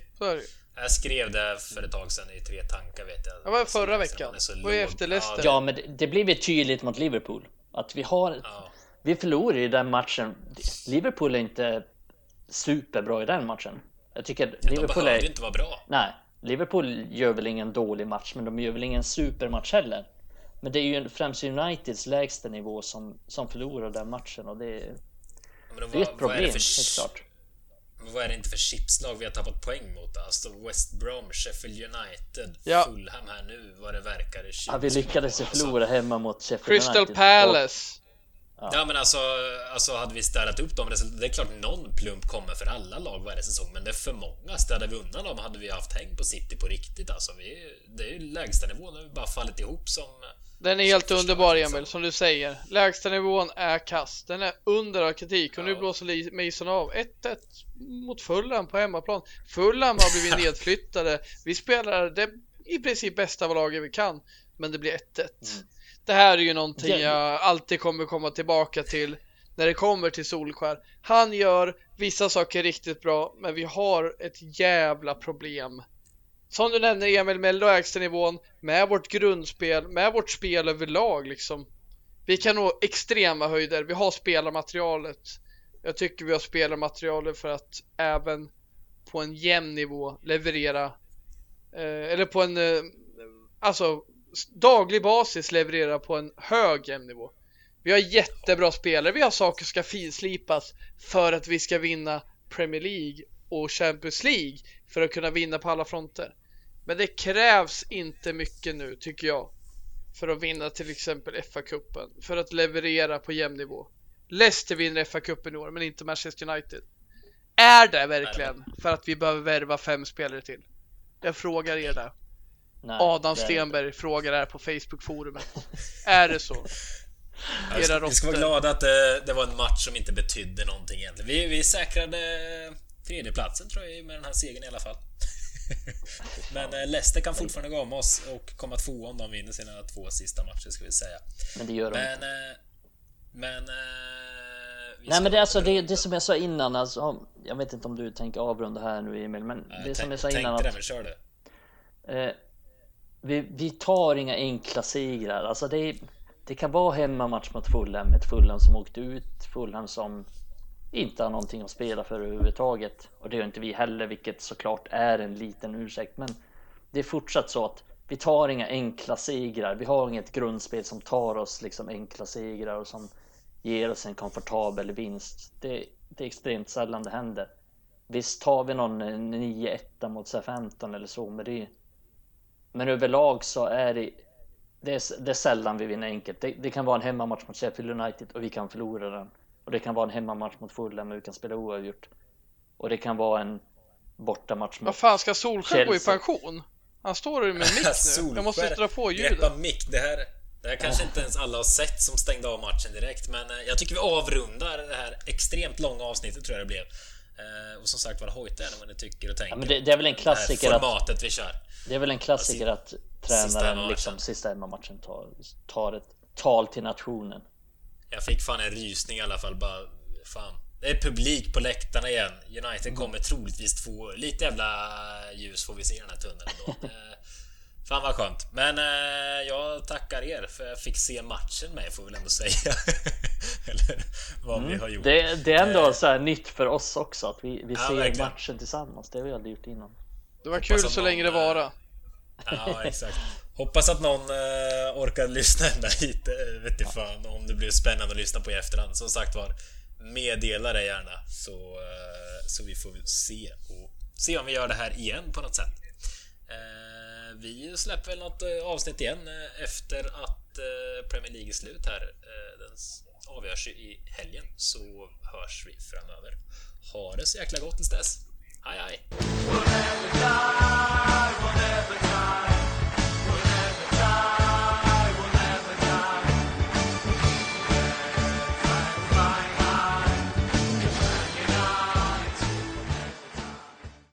Jag skrev det för ett tag sedan i 3 tankar, vet jag. Det var förra veckan. Det var ju efter Leicester. Ja, men det blev ju tydligt mot Liverpool. Att vi har... Ja. Vi förlorar i den matchen. Liverpool är inte superbra i den matchen. Jag tycker Liverpool är... inte vara bra. Nej, Liverpool gör väl ingen dålig match, men de gör väl ingen supermatch heller. Men det är ju främst Uniteds lägsta nivå som förlorar den matchen, och det är ett problem, helt klart. Men vad är det inte för chipslag vi har tappat poäng mot? Alltså West Brom, Sheffield United, Fulham här nu, vad det verkar. Ja, vi lyckades förlora hemma mot Sheffield Crystal United. Palace. Ja, men alltså hade vi städat upp dem, det är klart någon plump kommer för alla lag varje säsong, men det är för många. Städar vi undan dem hade vi haft häng på City på riktigt. Alltså det är ju lägsta nivån, har vi bara fallit ihop som... Den är helt underbar, Emil, som du säger. Lägsta nivån är kast. Den är under all kritik. Och nu blåser Mason av 1-1 mot Fulham på hemmaplan. Fulham har blivit nedflyttade. Vi spelar det i princip bästa av laget vi kan, men det blir 1-1. Det här är ju någonting jag alltid kommer komma tillbaka till när det kommer till Solskär. Han gör vissa saker riktigt bra, men vi har ett jävla problem. Som du nämner, Emil, med lägsta nivån, med vårt grundspel, med vårt spel överlag liksom. Vi kan nå extrema höjder. Vi har spelarmaterialet. Jag tycker vi har spelarmaterialet för att även på en jämn nivå leverera eller på en daglig basis leverera på en hög jämn nivå. Vi har jättebra spelare. Vi har saker som ska finslipas för att vi ska vinna Premier League och Champions League, för att kunna vinna på alla fronter. Men det krävs inte mycket nu, tycker jag, för att vinna till exempel FA-cupen, för att leverera på jämn nivå. Leicester vinner FA-cupen i år, men inte Manchester United. Är det verkligen för att vi behöver värva 5 spelare till? Jag frågar er där. Nej, Adam Stenberg frågar här på Facebook-forumet. Är det så? Vi ska vara glada att det var en match som inte betydde någonting egentligen. Vi säkrade 3:e platsen, tror jag, med den här segern i alla fall. Men Leicester kan fortfarande gå om oss och komma 2 om de vinner sina 2 sista matcher, ska vi säga. Men det gör de. Men det är alltså det som jag sa innan, alltså, jag vet inte om du tänker avrunda här nu, Emil, men det som jag sa innan att vi tar inga enkla segrar. Alltså det kan vara hemmamatch mot Fulham, ett Fulham som åkte ut, Fulham som inte har någonting att spela för överhuvudtaget, och det gör inte vi heller, vilket såklart är en liten ursäkt, men det är fortsatt så att vi tar inga enkla segrar. Vi har inget grundspel som tar oss liksom enkla segrar och som ger oss en komfortabel vinst. Det är extremt sällan det händer. visst tar vi någon 9-1 mot Southampton eller så, men överlag så är det är sällan vi vinner enkelt. Det kan vara en hemmamatch mot Sheffield United och vi kan förlora den. Och det kan vara en hemmamatch mot Fulham och vi kan spela oavgjort. Och det kan vara en bortamatch mot Vad fan, ska Solskjaer gå i Chelsea. pension? Han står ju med mick nu. Jag måste dra på ljudet. Greppa mick. Det här kanske inte ens alla har sett som stängde av matchen direkt, men jag tycker vi avrundar det här extremt långa avsnittet, tror jag det blev. Och som sagt, vad hojta gärna vad ni tycker och tänker. Ja, men det är väl en klassiker det här formatet vi kör. Det är väl en klassiker att tränaren liksom sista hemmamatchen tar ett tal till nationen. Jag fick fan en rysning i alla fall, bara fan. Det är publik på läktarna igen. United kommer troligtvis få lite jävla ljus, får vi se i den här tunneln då. Fan vad skönt. Men jag tackar er för jag fick se matchen med, får väl ändå säga. Eller vad vi har gjort. Det är ändå så här nytt för oss också att vi ser verkligen. matchen tillsammans. Det har vi aldrig gjort innan. Det var kul så länge det var. Ja, exakt. Hoppas att någon orkar lyssna ända hit. Vet du fan, om det blir spännande att lyssna på i efterhand. Som sagt var, meddela det gärna så vi får se om vi gör det här igen på något sätt. Vi släpper väl något avsnitt igen efter att Premier League är slut här. Den avgörs i helgen, så hörs vi framöver. Ha det så jäkla gott tills dess. Hej hej.